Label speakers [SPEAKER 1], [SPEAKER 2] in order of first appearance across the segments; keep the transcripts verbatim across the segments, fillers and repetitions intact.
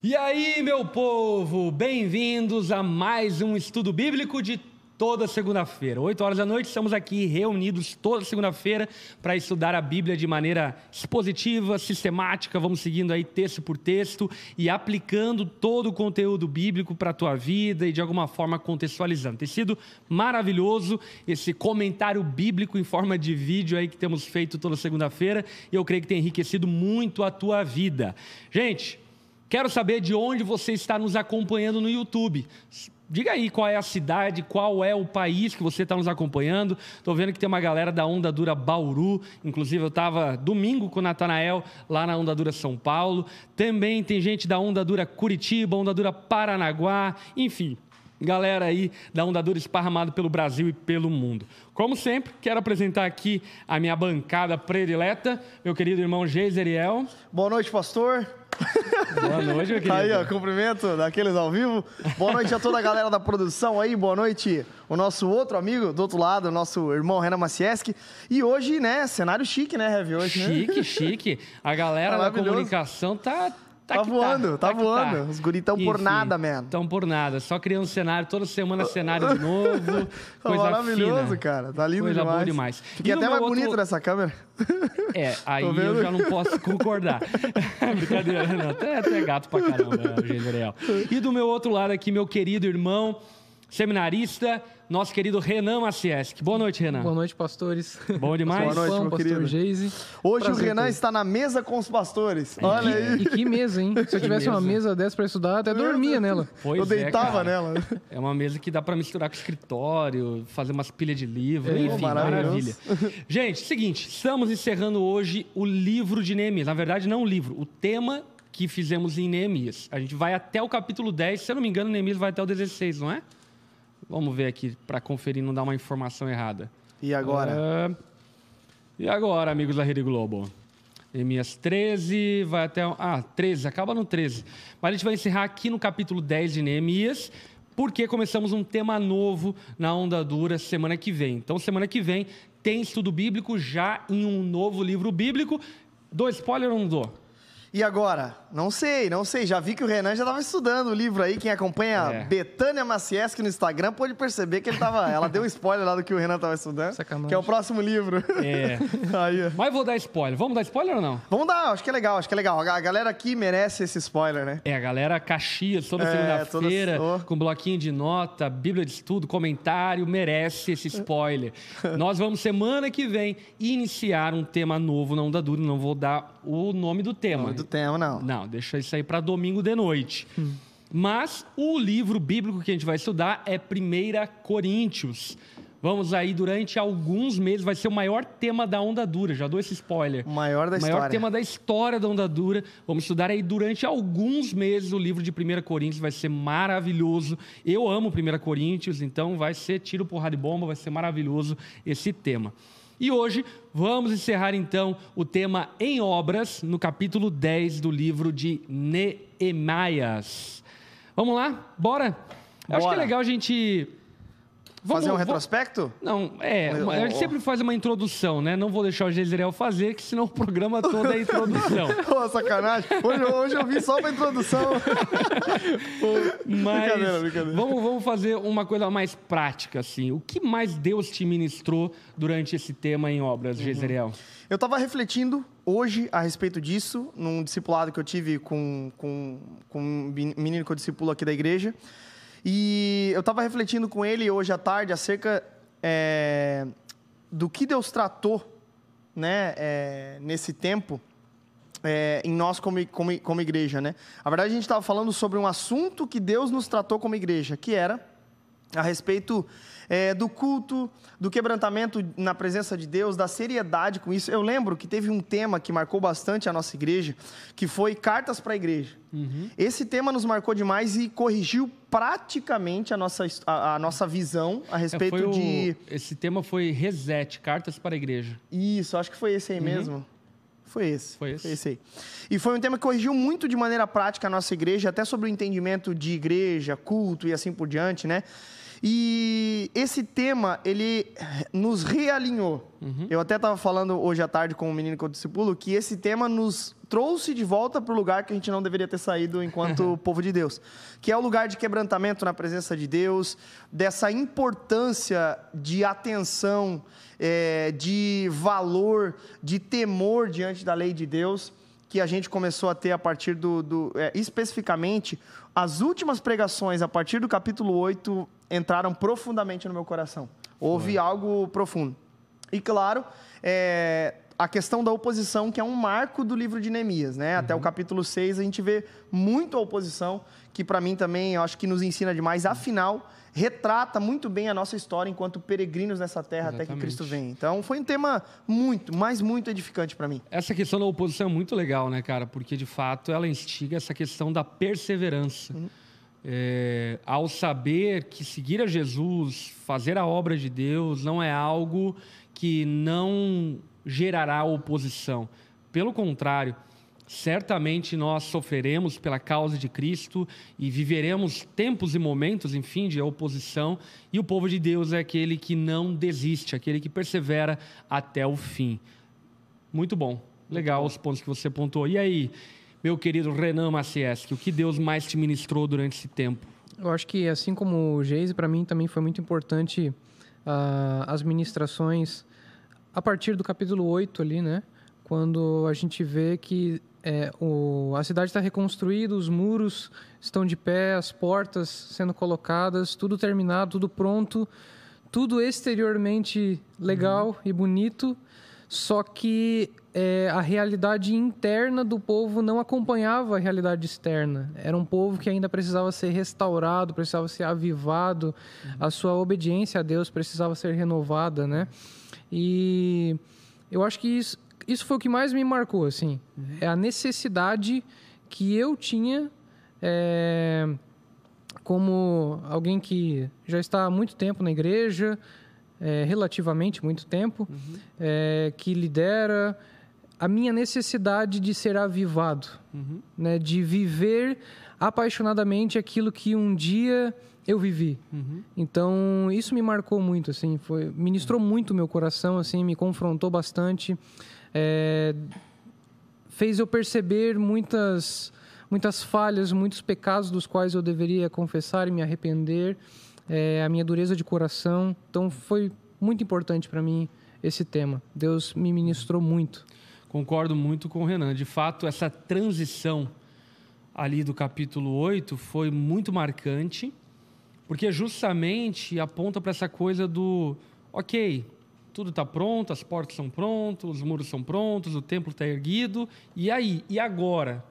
[SPEAKER 1] E aí, meu povo, bem-vindos a mais um estudo bíblico de toda segunda-feira. oito horas da noite, estamos aqui reunidos toda segunda-feira para estudar a Bíblia de maneira expositiva, sistemática. Vamos seguindo aí texto por texto e aplicando todo o conteúdo bíblico para a tua vida e de alguma forma contextualizando. Tem sido maravilhoso esse comentário bíblico em forma de vídeo aí que temos feito toda segunda-feira e eu creio que tem enriquecido muito a tua vida. Gente, quero saber de onde você está nos acompanhando no YouTube. Diga aí qual é a cidade, qual é o país que você está nos acompanhando. Estou vendo que tem uma galera da Onda Dura Bauru. Inclusive, eu estava domingo com o Natanael lá na Onda Dura São Paulo. Também tem gente da Onda Dura Curitiba, Onda Dura Paranaguá. Enfim, galera aí da Onda Dura esparramado pelo Brasil e pelo mundo. Como sempre, quero apresentar aqui a minha bancada predileta, meu querido irmão Geiseriel.
[SPEAKER 2] Boa noite, pastor.
[SPEAKER 1] Boa noite, meu querido.
[SPEAKER 2] Aí, ó, cumprimento daqueles ao vivo. Boa noite a toda a galera da produção aí. Boa noite, o nosso outro amigo do outro lado, o nosso irmão Renan Macieski. E hoje, né, cenário chique, né, Heavy? Hoje,
[SPEAKER 1] chique,
[SPEAKER 2] né?
[SPEAKER 1] chique. A galera da comunicação tá...
[SPEAKER 2] Tá, tá voando, tá, tá voando. Tá. Os guris estão por nada, man.
[SPEAKER 1] Estão por nada. Só criando cenário, toda semana cenário novo. Coisa
[SPEAKER 2] maravilhoso,
[SPEAKER 1] fina.
[SPEAKER 2] Cara. Tá lindo
[SPEAKER 1] coisa
[SPEAKER 2] demais.
[SPEAKER 1] Boa demais.
[SPEAKER 2] Fiquei até mais outro... bonito nessa câmera.
[SPEAKER 1] É, aí eu já não posso concordar. Brincadeira, não. Até, até gato pra caramba, Geiseriel. E do meu outro lado aqui, meu querido irmão, seminarista, nosso querido Renan Macieski. Boa noite, Renan.
[SPEAKER 3] Boa noite, pastores.
[SPEAKER 1] Bom demais.
[SPEAKER 2] Boa noite,
[SPEAKER 3] Fã,
[SPEAKER 2] meu
[SPEAKER 3] pastor
[SPEAKER 2] querido.
[SPEAKER 3] Geise.
[SPEAKER 2] Hoje
[SPEAKER 3] Prazer
[SPEAKER 2] o Renan
[SPEAKER 3] ter.
[SPEAKER 2] está na mesa com os pastores.
[SPEAKER 3] E
[SPEAKER 2] Olha
[SPEAKER 3] que,
[SPEAKER 2] aí.
[SPEAKER 3] E que mesa, hein? Se eu tivesse
[SPEAKER 1] mesa.
[SPEAKER 3] uma mesa dessa para estudar, até dormia nela.
[SPEAKER 1] Pois
[SPEAKER 2] eu deitava
[SPEAKER 1] é,
[SPEAKER 2] nela.
[SPEAKER 1] É uma mesa que dá para misturar com o escritório, fazer umas pilhas de livro,
[SPEAKER 3] É,
[SPEAKER 1] enfim,
[SPEAKER 2] maravilhoso.
[SPEAKER 1] maravilha. Gente, seguinte, estamos encerrando hoje o livro de Neemias. Na verdade, não o livro, o tema que fizemos em Neemias. A gente vai até o capítulo dez, se eu não me engano, Neemias vai até o dezesseis, não é? Vamos ver aqui para conferir, não dar uma informação errada.
[SPEAKER 2] E agora?
[SPEAKER 1] Uh, e agora, amigos da Rede Globo? Neemias treze, vai até... Ah, treze, acaba no treze. Mas a gente vai encerrar aqui no capítulo dez de Neemias, porque começamos um tema novo na Onda Dura semana que vem. Então, semana que vem tem estudo bíblico já em um novo livro bíblico. Dou spoiler ou não dou?
[SPEAKER 2] E agora? Não sei, não sei. Já vi que o Renan já estava estudando o livro aí. Quem acompanha
[SPEAKER 1] É.
[SPEAKER 2] Betânia Macieski no Instagram pode perceber que ele tava, ela deu um spoiler lá do que o Renan estava estudando.
[SPEAKER 3] Sacanagem.
[SPEAKER 2] Que é o próximo livro.
[SPEAKER 1] É.
[SPEAKER 2] Aí, ó.
[SPEAKER 1] Mas vou dar spoiler. Vamos dar spoiler ou não?
[SPEAKER 2] Vamos dar, acho que é legal, acho que é legal. A galera aqui merece esse spoiler, né?
[SPEAKER 1] É, a galera Caxias, toda
[SPEAKER 2] É,
[SPEAKER 1] segunda-feira,
[SPEAKER 2] toda- oh.
[SPEAKER 1] com bloquinho de nota, bíblia de estudo, comentário, merece esse spoiler. Nós vamos, semana que vem, iniciar um tema novo na Onda Dura. Não vou dar o nome do tema.
[SPEAKER 2] Nome do tema, não.
[SPEAKER 1] Não, deixa isso aí para domingo de noite. Hum. Mas o livro bíblico que a gente vai estudar é primeira Coríntios. Vamos aí, durante alguns meses, vai ser o maior tema da Onda Dura. Já dou esse spoiler.
[SPEAKER 2] O maior da
[SPEAKER 1] o maior
[SPEAKER 2] história.
[SPEAKER 1] tema da história da Onda Dura. Vamos estudar aí durante alguns meses o livro de primeira Coríntios. Vai ser maravilhoso. Eu amo primeira Coríntios, então vai ser tiro, porrada e bomba. Vai ser maravilhoso esse tema. E hoje vamos encerrar então o tema em obras no capítulo dez do livro de Neemias. Vamos lá? Bora? Eu acho que é legal a gente... Vamos,
[SPEAKER 2] Fazer um
[SPEAKER 1] vamos...
[SPEAKER 2] retrospecto?
[SPEAKER 1] Não, é,
[SPEAKER 2] Eu-
[SPEAKER 1] a gente
[SPEAKER 2] eu-
[SPEAKER 1] sempre faz uma introdução, né? Não vou deixar o Geiseriel fazer, que senão o programa todo é introdução.
[SPEAKER 2] Pô, sacanagem. Hoje, hoje eu vim só pra introdução.
[SPEAKER 1] Mas
[SPEAKER 2] Brincadeira, brincadeira.
[SPEAKER 1] Vamos, vamos fazer uma coisa mais prática, assim. O que mais Deus te ministrou durante esse tema em obras,
[SPEAKER 2] Uhum.
[SPEAKER 1] Geiseriel?
[SPEAKER 2] Eu estava refletindo hoje a respeito disso, num discipulado que eu tive com, com, com um menino que eu discipulo aqui da igreja. E eu estava refletindo com ele hoje à tarde acerca é, do que Deus tratou, né, é, nesse tempo é, em nós como, como, como igreja. Né? Na verdade, a gente estava falando sobre um assunto que Deus nos tratou como igreja, que era a respeito é, do culto, do quebrantamento na presença de Deus, da seriedade com isso. Eu lembro que teve um tema que marcou bastante a nossa igreja, que foi cartas para a igreja. Uhum. Esse tema nos marcou demais e corrigiu praticamente a nossa, a, a nossa visão a respeito
[SPEAKER 1] É, foi o-
[SPEAKER 2] de...
[SPEAKER 1] Esse tema foi Reset, Cartas para a Igreja.
[SPEAKER 2] Isso, acho que foi esse aí
[SPEAKER 1] Uhum.
[SPEAKER 2] mesmo. Foi esse.
[SPEAKER 1] Foi esse.
[SPEAKER 2] Foi esse aí. E foi um tema que corrigiu muito de maneira prática a nossa igreja, até sobre o entendimento de igreja, culto e assim por diante, né? E esse tema, ele nos realinhou. Uhum. Eu até estava falando hoje à tarde com o menino que eu discipulo que esse tema nos trouxe de volta para o lugar que a gente não deveria ter saído enquanto povo de Deus. Que é o lugar de quebrantamento na presença de Deus, dessa importância de atenção, é, de valor, de temor diante da lei de Deus, que a gente começou a ter a partir do... do é, especificamente, as últimas pregações, a partir do capítulo oito, entraram profundamente no meu coração. Houve Foi. algo profundo. E, claro, é, a questão da oposição, que é um marco do livro de Neemias, né? Uhum. Até o capítulo seis, a gente vê muito a oposição, que, para mim, também, eu acho que nos ensina demais. Afinal, retrata muito bem a nossa história enquanto peregrinos nessa terra. Exatamente. Até que Cristo vem. Então, foi um tema muito, mas muito edificante para mim.
[SPEAKER 1] Essa questão da oposição é muito legal, né, cara? Porque, de fato, ela instiga essa questão da perseverança. Uhum. É, ao saber que seguir a Jesus, fazer a obra de Deus, não é algo que não gerará oposição. Pelo contrário, certamente nós sofreremos pela causa de Cristo e viveremos tempos e momentos, enfim, de oposição. E o povo de Deus é aquele que não desiste, aquele que persevera até o fim. Muito bom. Legal os pontos que você pontuou. E aí, meu querido Renan Macieski, o que Deus mais te ministrou durante esse tempo?
[SPEAKER 3] Eu acho que, assim como o Geise, para mim também foi muito importante uh, as ministrações a partir do capítulo oito ali, né? Quando a gente vê que é, o, a cidade está reconstruída, os muros estão de pé, as portas sendo colocadas, tudo terminado, tudo pronto, tudo exteriormente legal uhum. e bonito, só que é, a realidade interna do povo não acompanhava a realidade externa. Era um povo que ainda precisava ser restaurado, precisava ser avivado, uhum. a sua obediência a Deus precisava ser renovada, né? E eu acho que isso, isso foi o que mais me marcou, assim. Uhum. É a necessidade que eu tinha, é, como alguém que já está há muito tempo na igreja, é, relativamente muito tempo, uhum. é, que lidera, a minha necessidade de ser avivado, uhum. né, de viver apaixonadamente aquilo que um dia eu vivi. Uhum. Então, isso me marcou muito, assim, foi, ministrou uhum. muito o meu coração, assim, me confrontou bastante, é, fez eu perceber muitas, muitas falhas, muitos pecados dos quais eu deveria confessar e me arrepender, é, a minha dureza de coração. Então, foi muito importante para mim esse tema. Deus me ministrou muito.
[SPEAKER 1] Concordo muito com o Renan. De fato, essa transição ali do capítulo oito foi muito marcante, porque justamente aponta para essa coisa do, ok, tudo está pronto, as portas são prontas, os muros são prontos, o templo está erguido, e aí? E agora?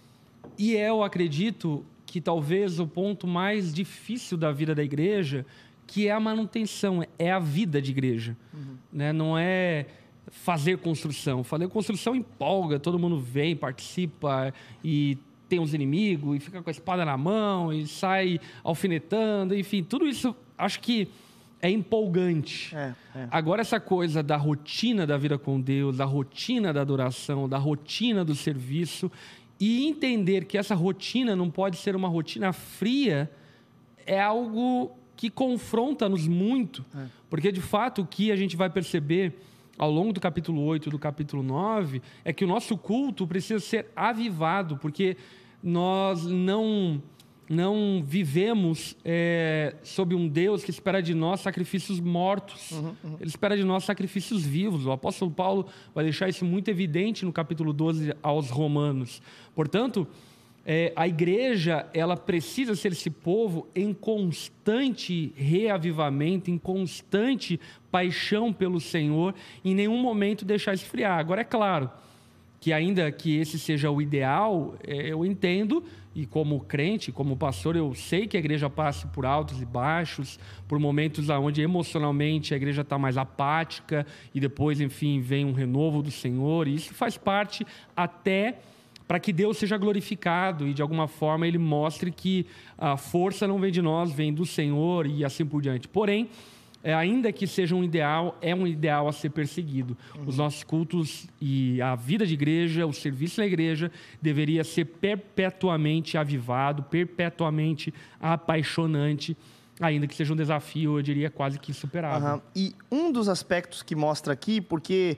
[SPEAKER 1] E eu acredito que talvez o ponto mais difícil da vida da igreja, que é a manutenção, é a vida de igreja. Uhum. Né? Não é fazer construção. Fazer construção empolga, todo mundo vem, participa e tem os inimigos e fica com a espada na mão e sai alfinetando, enfim, tudo isso acho que é empolgante. É, é. Agora, essa coisa da rotina da vida com Deus, da rotina da adoração, da rotina do serviço, e entender que essa rotina não pode ser uma rotina fria, é algo que confronta-nos muito, é. Porque, de fato, o que a gente vai perceber ao longo do capítulo oito e do capítulo nove é que o nosso culto precisa ser avivado, porque nós não, não vivemos é, sob um Deus que espera de nós sacrifícios mortos. Uhum, uhum. Ele espera de nós sacrifícios vivos. O apóstolo Paulo vai deixar isso muito evidente no capítulo doze aos Romanos. Portanto, é, a igreja ela precisa ser esse povo em constante reavivamento, em constante paixão pelo Senhor, em nenhum momento deixar esfriar. Agora, é claro que ainda que esse seja o ideal, eu entendo, e como crente, como pastor, eu sei que a igreja passa por altos e baixos, por momentos onde emocionalmente a igreja está mais apática e depois, enfim, vem um renovo do Senhor, e isso faz parte até para que Deus seja glorificado e, de alguma forma, Ele mostre que a força não vem de nós, vem do Senhor e assim por diante. Porém, É, ainda que seja um ideal, é um ideal a ser perseguido. Uhum. Os nossos cultos e a vida de igreja, o serviço na igreja, deveria ser perpetuamente avivado, perpetuamente apaixonante, Ainda que seja um desafio, eu diria, quase que insuperável.
[SPEAKER 2] Uhum. E um dos aspectos que mostra aqui, porque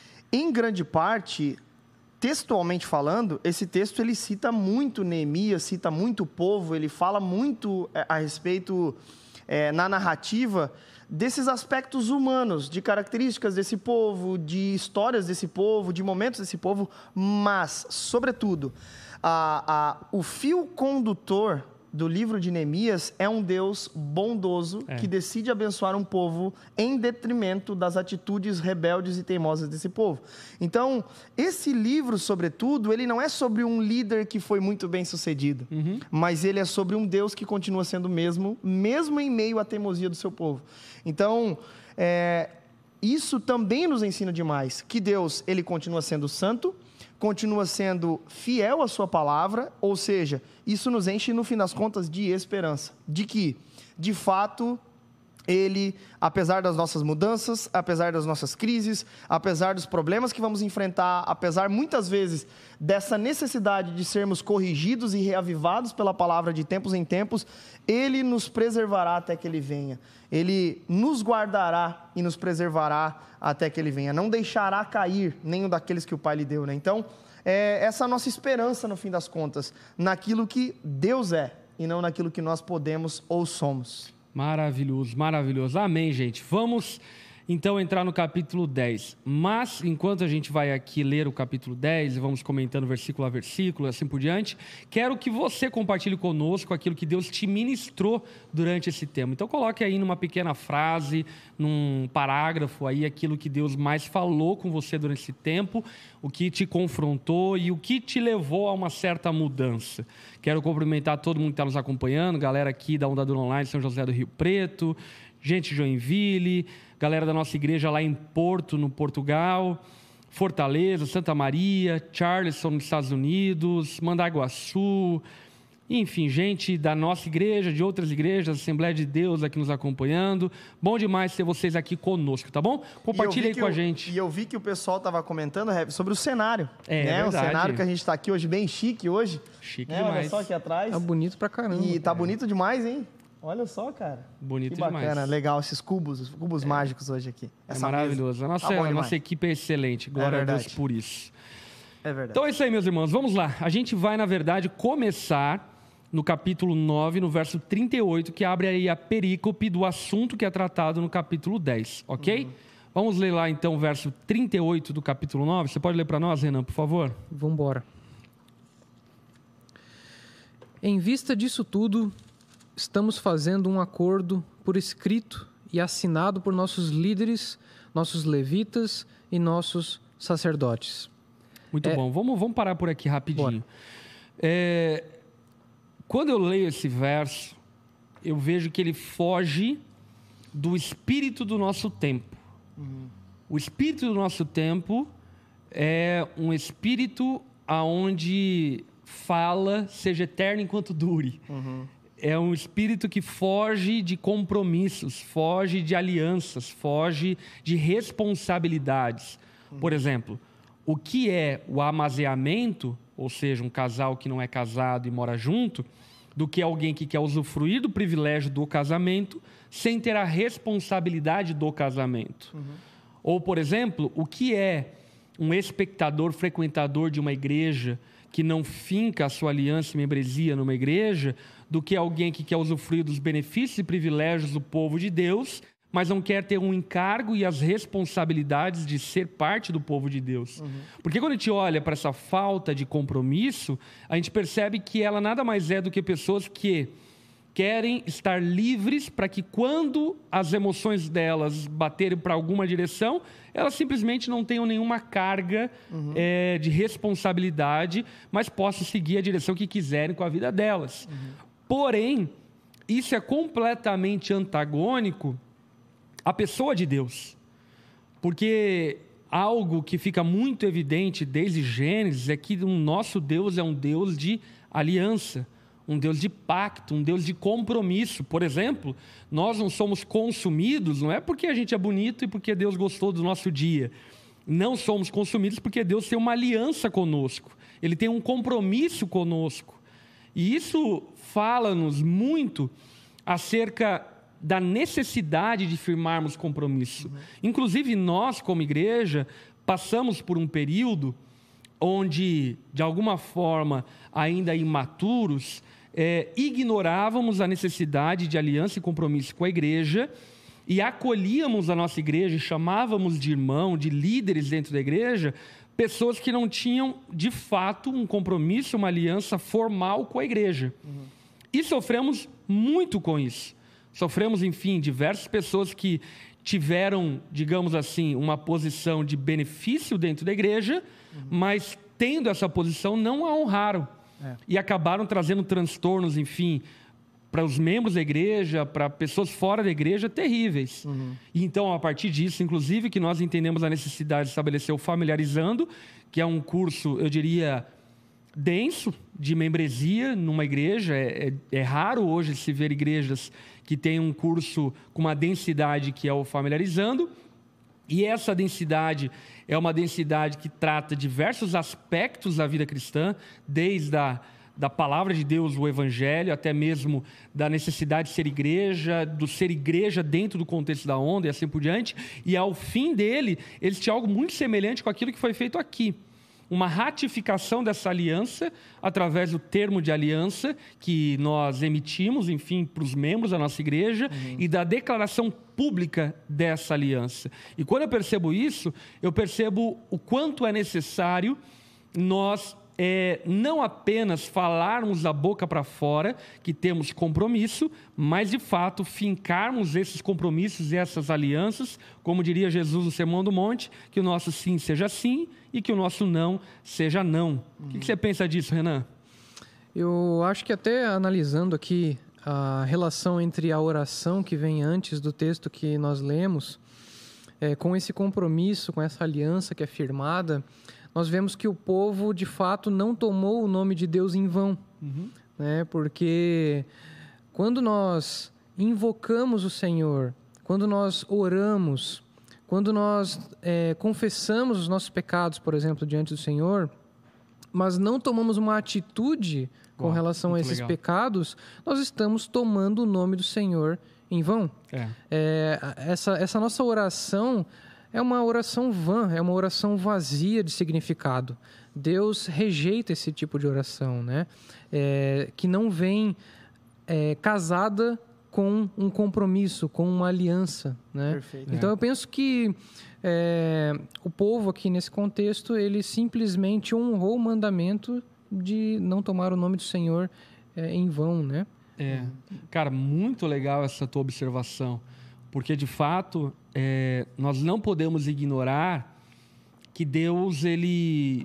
[SPEAKER 2] em grande parte, textualmente falando, esse texto ele cita muito Neemias, cita muito o povo, ele fala muito é, a respeito, é, na narrativa, desses aspectos humanos, de características desse povo, de histórias desse povo, de momentos desse povo, mas, sobretudo, a, a, o fio condutor do livro de Neemias é um Deus bondoso é. que decide abençoar um povo em detrimento das atitudes rebeldes e teimosas desse povo. Então, esse livro, sobretudo, ele não é sobre um líder que foi muito bem sucedido, uhum. mas ele é sobre um Deus que continua sendo o mesmo, mesmo em meio à teimosia do seu povo. Então, é, isso também nos ensina demais, que Deus ele continua sendo santo, continua sendo fiel à sua palavra, ou seja, isso nos enche, no fim das contas, de esperança. De que, de fato, ele, apesar das nossas mudanças, apesar das nossas crises, apesar dos problemas que vamos enfrentar, apesar, muitas vezes, dessa necessidade de sermos corrigidos e reavivados pela palavra de tempos em tempos, ele nos preservará até que ele venha. Ele nos guardará e nos preservará até que ele venha. Não deixará cair nenhum daqueles que o Pai lhe deu, né? Então, é essa a nossa esperança, no fim das contas, naquilo que Deus é e não naquilo que nós podemos ou somos.
[SPEAKER 1] Maravilhoso, maravilhoso. Amém, gente. Vamos, então, entrar no capítulo dez. Mas, enquanto a gente vai aqui ler o capítulo dez, e vamos comentando versículo a versículo, assim por diante, quero que você compartilhe conosco aquilo que Deus te ministrou durante esse tema. Então, coloque aí numa pequena frase, num parágrafo aí, aquilo que Deus mais falou com você durante esse tempo, o que te confrontou e o que te levou a uma certa mudança. Quero cumprimentar todo mundo que está nos acompanhando, galera aqui da Ondadura Online, São José do Rio Preto, gente de Joinville, galera da nossa igreja lá em Porto, no Portugal, Fortaleza, Santa Maria, Charleston, nos Estados Unidos, Mandaguaçu, enfim, gente da nossa igreja, de outras igrejas, Assembleia de Deus aqui nos acompanhando. Bom demais ter vocês aqui conosco, tá bom? Compartilha aí com
[SPEAKER 2] eu,
[SPEAKER 1] a gente.
[SPEAKER 2] E eu vi que o pessoal estava comentando, Reb, sobre o cenário.
[SPEAKER 1] É,
[SPEAKER 2] né?
[SPEAKER 1] é verdade.
[SPEAKER 2] O cenário que a gente está aqui hoje, bem chique hoje.
[SPEAKER 1] Chique
[SPEAKER 2] né?
[SPEAKER 1] demais.
[SPEAKER 2] Olha só aqui atrás.
[SPEAKER 3] Tá bonito pra caramba.
[SPEAKER 2] E tá
[SPEAKER 3] cara.
[SPEAKER 2] bonito demais, hein? Olha só, cara.
[SPEAKER 1] Bonito
[SPEAKER 2] que bacana,
[SPEAKER 1] demais.
[SPEAKER 2] Legal, esses cubos, os cubos é. mágicos hoje aqui.
[SPEAKER 1] Essa é maravilhoso. A nossa,
[SPEAKER 2] tá
[SPEAKER 1] a nossa equipe é excelente. Glória é a Deus por isso.
[SPEAKER 2] É verdade.
[SPEAKER 1] Então é isso aí, meus irmãos. Vamos lá. A gente vai, na verdade, começar no capítulo nove, no verso trinta e oito, que abre aí a perícope do assunto que é tratado no capítulo dez, ok? Uhum. Vamos ler lá, então, o verso trinta e oito do capítulo nove. Você pode ler para nós, Renan, por favor?
[SPEAKER 3] Vamos embora. Em vista disso tudo, estamos fazendo um acordo por escrito e assinado por nossos líderes, nossos levitas e nossos sacerdotes.
[SPEAKER 1] Muito é... bom. Vamos, vamos parar por aqui rapidinho. É... Quando eu leio esse verso, eu vejo que ele foge do espírito do nosso tempo. Uhum. O espírito do nosso tempo é um espírito aonde fala seja eterno enquanto dure. Uhum. É um espírito que foge de compromissos, foge de alianças, foge de responsabilidades. Uhum. Por exemplo, o que é o amaziamento, ou seja, um casal que não é casado e mora junto, do que alguém que quer usufruir do privilégio do casamento sem ter a responsabilidade do casamento. Uhum. Ou, por exemplo, o que é um espectador, frequentador de uma igreja que não finca a sua aliança e membresia numa igreja, do que alguém que quer usufruir dos benefícios e privilégios do povo de Deus, mas não quer ter um encargo e as responsabilidades de ser parte do povo de Deus. Uhum. Porque quando a gente olha para essa falta de compromisso, a gente percebe que ela nada mais é do que pessoas que querem estar livres para que quando as emoções delas baterem para alguma direção, elas simplesmente não tenham nenhuma carga uhum. é, de responsabilidade, mas possam seguir a direção que quiserem com a vida delas. Uhum. Porém, isso é completamente antagônico a pessoa de Deus, porque algo que fica muito evidente desde Gênesis é que o nosso Deus é um Deus de aliança, um Deus de pacto, um Deus de compromisso. Por exemplo, nós não somos consumidos, não é porque a gente é bonito e porque Deus gostou do nosso dia. Não somos consumidos porque Deus tem uma aliança conosco, Ele tem um compromisso conosco. E isso fala-nos muito acerca da necessidade de firmarmos compromisso. Uhum. Inclusive, nós, como igreja, passamos por um período onde, de alguma forma, ainda imaturos, é, ignorávamos a necessidade de aliança e compromisso com a igreja e acolhíamos a nossa igreja, chamávamos de irmão, de líderes dentro da igreja, pessoas que não tinham, de fato, um compromisso, uma aliança formal com a igreja. Uhum. E sofremos muito com isso. Sofremos, enfim, diversas pessoas que tiveram, digamos assim, uma posição de benefício dentro da igreja, uhum. mas, tendo essa posição, não a honraram. É. E acabaram trazendo transtornos, enfim, para os membros da igreja, para pessoas fora da igreja, terríveis. Uhum. E então, a partir disso, inclusive, que nós entendemos a necessidade de estabelecer o Familiarizando, que é um curso, eu diria, denso, de membresia numa igreja. É, é, é raro hoje se ver igrejas que têm um curso com uma densidade que é o Familiarizando. E essa densidade é uma densidade que trata diversos aspectos da vida cristã, desde a da palavra de Deus, o evangelho, até mesmo da necessidade de ser igreja, do ser igreja dentro do contexto da onda e assim por diante. E ao fim dele, eles tinham algo muito semelhante com aquilo que foi feito aqui. Uma ratificação dessa aliança através do termo de aliança que nós emitimos, enfim, para os membros da nossa igreja, uhum. e da declaração pública dessa aliança. E quando eu percebo isso, eu percebo o quanto é necessário nós é, não apenas falarmos da boca para fora que temos compromisso, mas de fato fincarmos esses compromissos e essas alianças, como diria Jesus no Sermão do Monte, que o nosso sim seja sim e que o nosso não seja não. Uhum. O que você pensa disso, Renan?
[SPEAKER 3] Eu acho que até analisando aqui a relação entre a oração que vem antes do texto que nós lemos, é, com esse compromisso, com essa aliança que é firmada, nós vemos que o povo, de fato, não tomou o nome de Deus em vão. Uhum. Né? Porque quando nós invocamos o Senhor, quando nós oramos, quando nós é, confessamos os nossos pecados, por exemplo, diante do Senhor, mas não tomamos uma atitude com Uau, relação a esses legal. pecados, nós estamos tomando o nome do Senhor em vão. É. É, essa, essa nossa oração é uma oração vã, é uma oração vazia de significado. Deus rejeita esse tipo de oração, né? É, que não vem é, casada com um compromisso, com uma aliança, né? Perfeito. Então, é. eu penso que é, o povo aqui, nesse contexto, ele simplesmente honrou o mandamento de não tomar o nome do Senhor é, em vão, né?
[SPEAKER 1] É. Cara, muito legal essa tua observação, porque, de fato, é, nós não podemos ignorar que Deus, ele,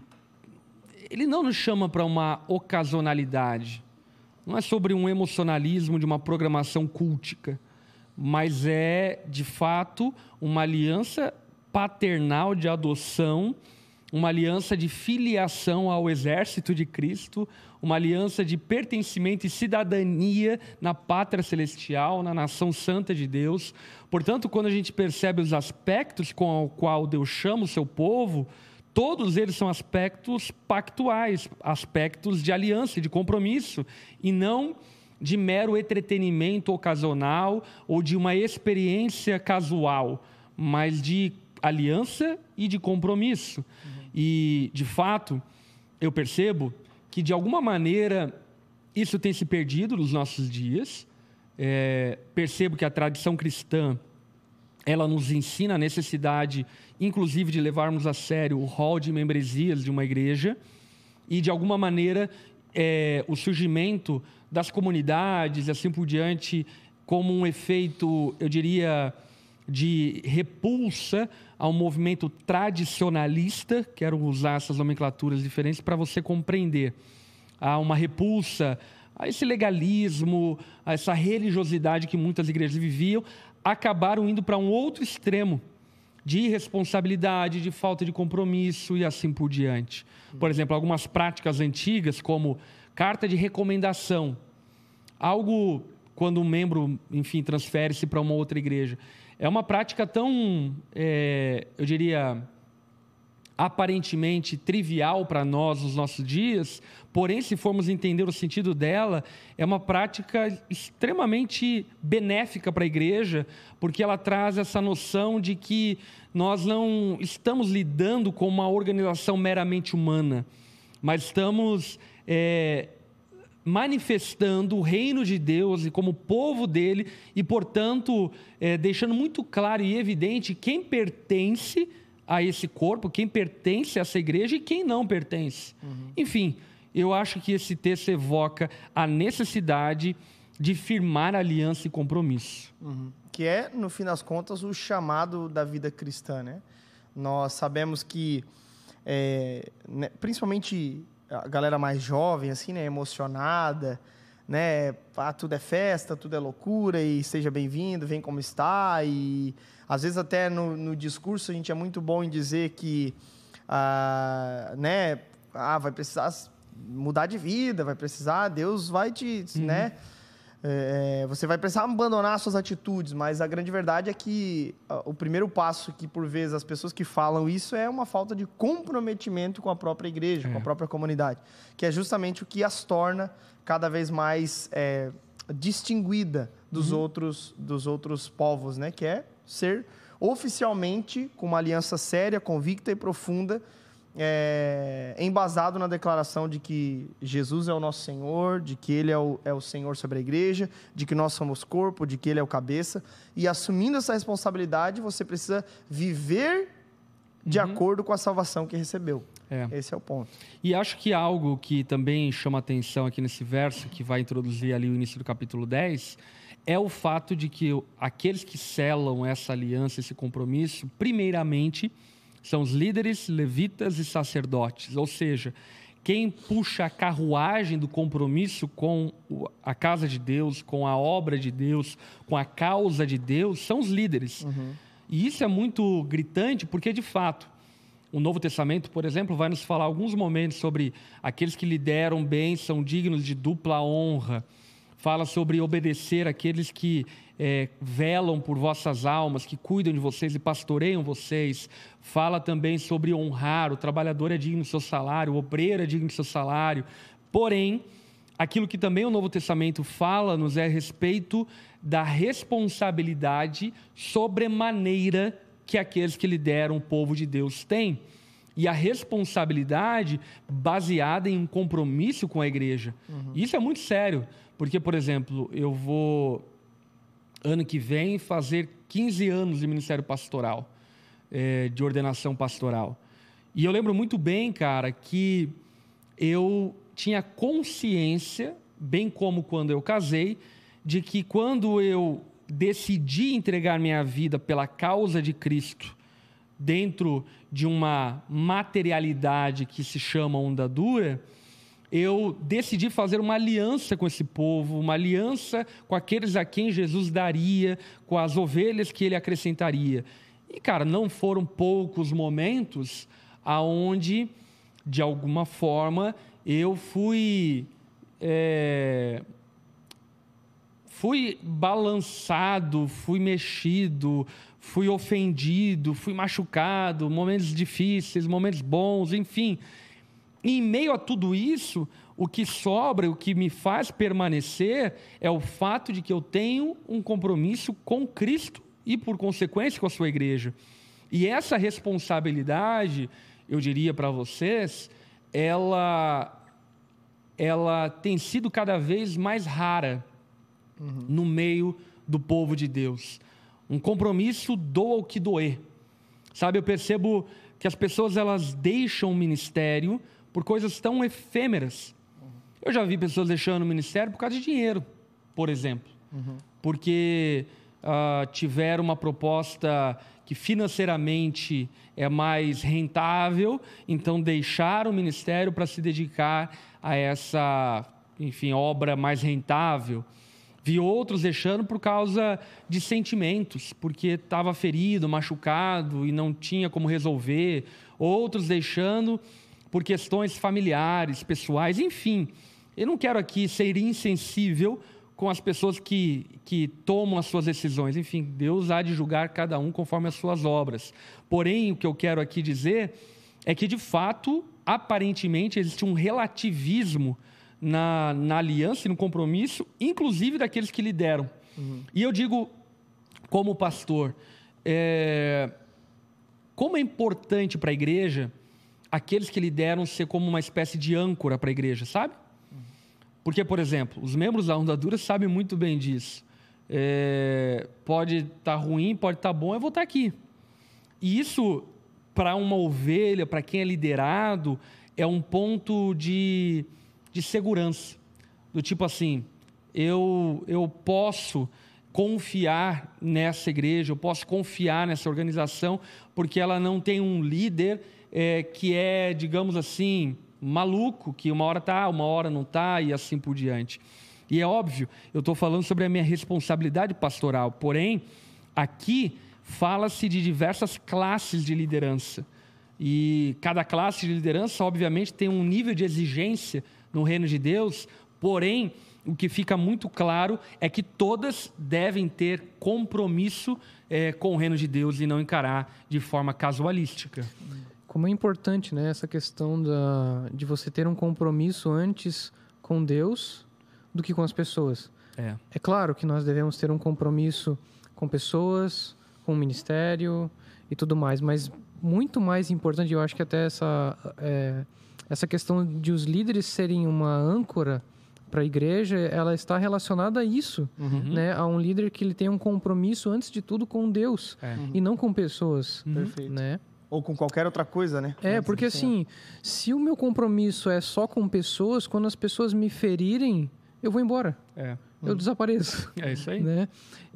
[SPEAKER 1] ele não nos chama para uma ocasionalidade. Não é sobre um emocionalismo de uma programação cultica, mas é, de fato, uma aliança paternal de adoção, uma aliança de filiação ao exército de Cristo, uma aliança de pertencimento e cidadania na pátria celestial, na nação santa de Deus. Portanto, quando a gente percebe os aspectos com o qual Deus chama o seu povo, todos eles são aspectos pactuais, aspectos de aliança, de compromisso, e não de mero entretenimento ocasional ou de uma experiência casual, mas de aliança e de compromisso. Uhum. E, de fato, eu percebo que, de alguma maneira, isso tem se perdido nos nossos dias. É, percebo que a tradição cristã, ela nos ensina a necessidade, inclusive, de levarmos a sério o rol de membresias de uma igreja e, de alguma maneira, é, o surgimento das comunidades e assim por diante, como um efeito, eu diria, de repulsa ao movimento tradicionalista. Quero usar essas nomenclaturas diferentes para você compreender. Há uma repulsa a esse legalismo, a essa religiosidade que muitas igrejas viviam, acabaram indo para um outro extremo de irresponsabilidade, de falta de compromisso e assim por diante. Por exemplo, algumas práticas antigas, como carta de recomendação. Algo, quando um membro, enfim, transfere-se para uma outra igreja. É uma prática tão, é, eu diria, aparentemente trivial para nós nos nossos dias, porém, se formos entender o sentido dela, é uma prática extremamente benéfica para a igreja, porque ela traz essa noção de que nós não estamos lidando com uma organização meramente humana, mas estamos é, manifestando o reino de Deus e como povo dele, e, portanto, é, deixando muito claro e evidente quem pertence a esse corpo, quem pertence a essa igreja e quem não pertence. Uhum. Enfim, eu acho que esse texto evoca a necessidade de firmar aliança e compromisso.
[SPEAKER 2] Uhum. Que é, no fim das contas, o chamado da vida cristã, né? Nós sabemos que, é, né, principalmente a galera mais jovem, assim, né, emocionada, né, ah, tudo é festa, tudo é loucura, e seja bem-vindo, vem como está, e às vezes até no, no discurso a gente é muito bom em dizer que, ah, né, ah, vai precisar mudar de vida, vai precisar, Deus vai te, uhum. né, é, você vai precisar abandonar suas atitudes, mas a grande verdade é que ah, o primeiro passo que, por vezes, as pessoas que falam isso é uma falta de comprometimento com a própria igreja, é. com a própria comunidade, que é justamente o que as torna cada vez mais é, distinguida dos, uhum. outros, dos outros povos, né? Que é ser oficialmente com uma aliança séria, convicta e profunda, é, embasado na declaração de que Jesus é o nosso Senhor, de que Ele é o, é o Senhor sobre a igreja, de que nós somos corpo, de que Ele é o cabeça. E assumindo essa responsabilidade, você precisa viver de uhum. acordo com a salvação que recebeu. É. Esse é o ponto.
[SPEAKER 1] E acho que algo que também chama atenção aqui nesse verso, que vai introduzir ali o início do capítulo dez, é o fato de que aqueles que selam essa aliança, esse compromisso, primeiramente, são os líderes, levitas e sacerdotes. Ou seja, quem puxa a carruagem do compromisso com a casa de Deus, com a obra de Deus, com a causa de Deus, são os líderes. Uhum. E isso é muito gritante porque, de fato, o Novo Testamento, por exemplo, vai nos falar alguns momentos sobre aqueles que lideram bem, são dignos de dupla honra. Fala sobre obedecer aqueles que é, velam por vossas almas, que cuidam de vocês e pastoreiam vocês. Fala também sobre honrar, o trabalhador é digno do seu salário, o obreiro é digno do seu salário. Porém, aquilo que também o Novo Testamento fala-nos é a respeito da responsabilidade sobremaneira que aqueles que lideram o povo de Deus têm. E a responsabilidade baseada em um compromisso com a igreja. Uhum. Isso é muito sério, porque, por exemplo, eu vou, ano que vem, fazer quinze anos de ministério pastoral, é, de ordenação pastoral. E eu lembro muito bem, cara, que eu tinha consciência, bem como quando eu casei, de que quando eu decidi entregar minha vida pela causa de Cristo, dentro de uma materialidade que se chama onda dura, eu decidi fazer uma aliança com esse povo, uma aliança com aqueles a quem Jesus daria, com as ovelhas que ele acrescentaria. E, cara, não foram poucos momentos aonde, de alguma forma, eu fui... É... Fui balançado, fui mexido, fui ofendido, fui machucado, momentos difíceis, momentos bons, enfim. E em meio a tudo isso, o que sobra, o que me faz permanecer é o fato de que eu tenho um compromisso com Cristo e, por consequência, com a sua igreja. E essa responsabilidade, eu diria para vocês, ela, ela tem sido cada vez mais rara. Uhum. No meio do povo de Deus. Um compromisso doa o que doer. Sabe, eu percebo que as pessoas elas deixam o ministério por coisas tão efêmeras. Uhum. Eu já vi pessoas deixando o ministério por causa de dinheiro, por exemplo. Uhum. Porque uh, tiveram uma proposta que financeiramente é mais rentável, então deixaram o ministério para se dedicar a essa, enfim, obra mais rentável. Vi outros deixando por causa de sentimentos, porque estava ferido, machucado e não tinha como resolver. Outros deixando por questões familiares, pessoais, enfim. Eu não quero aqui ser insensível com as pessoas que, que tomam as suas decisões. Enfim, Deus há de julgar cada um conforme as suas obras. Porém, o que eu quero aqui dizer é que, de fato, aparentemente, existe um relativismo na, na aliança e no compromisso, inclusive daqueles que lideram. Uhum. E eu digo, como pastor, é, como é importante para a igreja aqueles que lideram ser como uma espécie de âncora para a igreja, sabe? Porque, por exemplo, os membros da Onda Dura sabem muito bem disso. É, pode estar tá ruim, pode estar tá bom, eu vou estar tá aqui. E isso, para uma ovelha, para quem é liderado, é um ponto de, de segurança. Do tipo assim, eu, eu posso confiar nessa igreja, eu posso confiar nessa organização, porque ela não tem um líder é, que é, digamos assim, maluco, que uma hora está, uma hora não está, e assim por diante. E é óbvio, eu estou falando sobre a minha responsabilidade pastoral, porém, aqui fala-se de diversas classes de liderança. E cada classe de liderança, obviamente, tem um nível de exigência no reino de Deus, porém, o que fica muito claro é que todas devem ter compromisso é, com o reino de Deus e não encarar de forma casualística.
[SPEAKER 3] Como é importante, né, essa questão da, de você ter um compromisso antes com Deus do que com as pessoas.
[SPEAKER 1] É.
[SPEAKER 3] É claro que nós devemos ter um compromisso com pessoas, com o ministério e tudo mais, mas muito mais importante, eu acho que até essa, é, essa questão de os líderes serem uma âncora para a igreja, ela está relacionada a isso, uhum. né? A um líder que ele tem um compromisso, antes de tudo, com Deus é. e não com pessoas.
[SPEAKER 2] Uhum. Perfeito.
[SPEAKER 3] Né?
[SPEAKER 2] Ou com qualquer outra coisa, né?
[SPEAKER 3] É, porque assim, se o meu compromisso é só com pessoas, quando as pessoas me ferirem, eu vou embora.
[SPEAKER 1] É.
[SPEAKER 3] Eu hum. desapareço.
[SPEAKER 1] É isso aí.
[SPEAKER 3] Né?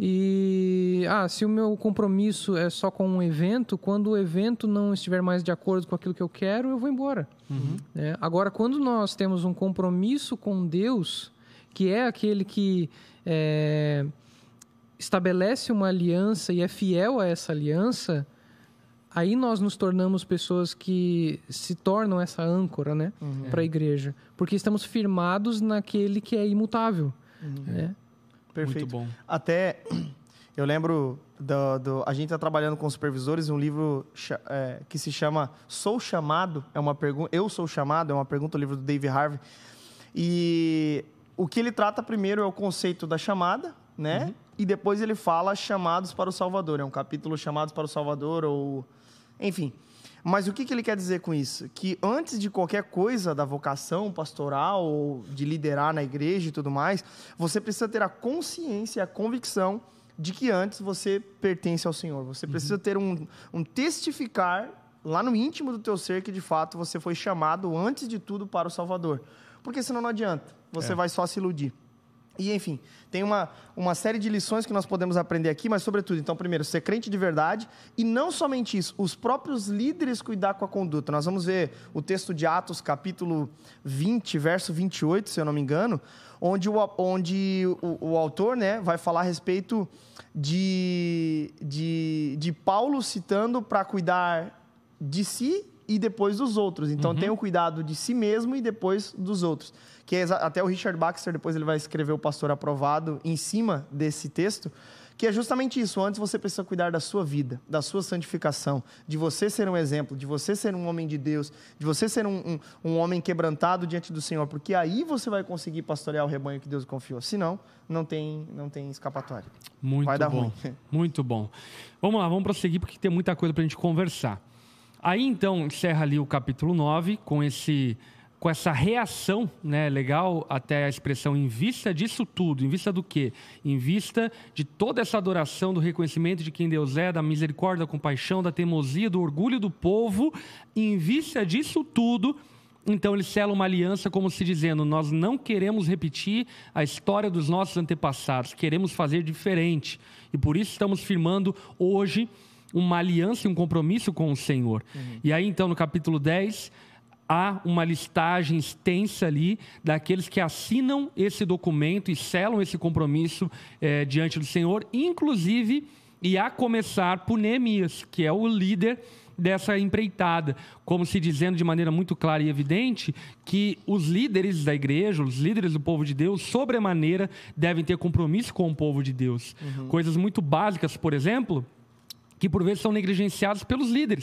[SPEAKER 3] E, ah, se o meu compromisso é só com um evento, quando o evento não estiver mais de acordo com aquilo que eu quero, eu vou embora. Uhum. Né? Agora, quando nós temos um compromisso com Deus, que é aquele que é, estabelece uma aliança e é fiel a essa aliança, aí nós nos tornamos pessoas que se tornam essa âncora, né, uhum. para a igreja. Porque estamos firmados naquele que é imutável. Uhum. Né?
[SPEAKER 2] Perfeito.
[SPEAKER 1] Muito bom.
[SPEAKER 2] Até, eu lembro, do, do, a gente está trabalhando com supervisores, um livro é, que se chama Sou Chamado, é uma pergunta, Eu Sou Chamado, é uma pergunta, o livro do Dave Harvey. E o que ele trata primeiro é o conceito da chamada, né? Uhum. E depois ele fala chamados para o Salvador. É um capítulo chamados para o Salvador, ou... Enfim. Mas o que, que ele quer dizer com isso? Que antes de qualquer coisa da vocação pastoral, ou de liderar na igreja e tudo mais, você precisa ter a consciência, a convicção de que antes você pertence ao Senhor. Você precisa uhum. ter um, um testificar lá no íntimo do teu ser que, de fato, você foi chamado antes de tudo para o Salvador. Porque senão não adianta. Você é. vai só se iludir. E, enfim, tem uma, uma série de lições que nós podemos aprender aqui, mas, sobretudo, então, primeiro, ser crente de verdade, e não somente isso, os próprios líderes cuidar com a conduta. Nós vamos ver o texto de Atos, capítulo vinte, verso vinte e oito, se eu não me engano, onde o, onde o, o autor, né, vai falar a respeito de, de, de Paulo citando para cuidar de si e depois dos outros. Então, uhum. tem o cuidado de si mesmo e depois dos outros. Que é até o Richard Baxter, depois ele vai escrever o Pastor Aprovado em cima desse texto, que é justamente isso. Antes você precisa cuidar da sua vida, da sua santificação, de você ser um exemplo, de você ser um homem de Deus, de você ser um, um, um homem quebrantado diante do Senhor, porque aí você vai conseguir pastorear o rebanho que Deus confiou. Senão, não tem, não tem escapatória.
[SPEAKER 1] Muito
[SPEAKER 2] vai dar
[SPEAKER 1] bom,
[SPEAKER 2] ruim.
[SPEAKER 1] Muito bom. Vamos lá, vamos prosseguir, porque tem muita coisa para a gente conversar. Aí, então, encerra ali o capítulo nove, com esse... com essa reação, né, legal, até a expressão em vista disso tudo. Em vista do quê? Em vista de toda essa adoração, do reconhecimento de quem Deus é, da misericórdia, da compaixão, da teimosia, do orgulho do povo. Em vista disso tudo, então ele sela uma aliança como se dizendo, nós não queremos repetir a história dos nossos antepassados, queremos fazer diferente. E por isso estamos firmando hoje uma aliança e um compromisso com o Senhor. Uhum. E aí, então, no capítulo dez... há uma listagem extensa ali daqueles que assinam esse documento e selam esse compromisso é, diante do Senhor, inclusive, e a começar por Neemias, que é o líder dessa empreitada, como se dizendo de maneira muito clara e evidente que os líderes da igreja, os líderes do povo de Deus, sobremaneira, devem ter compromisso com o povo de Deus. Uhum. Coisas muito básicas, por exemplo, que por vezes são negligenciadas pelos líderes.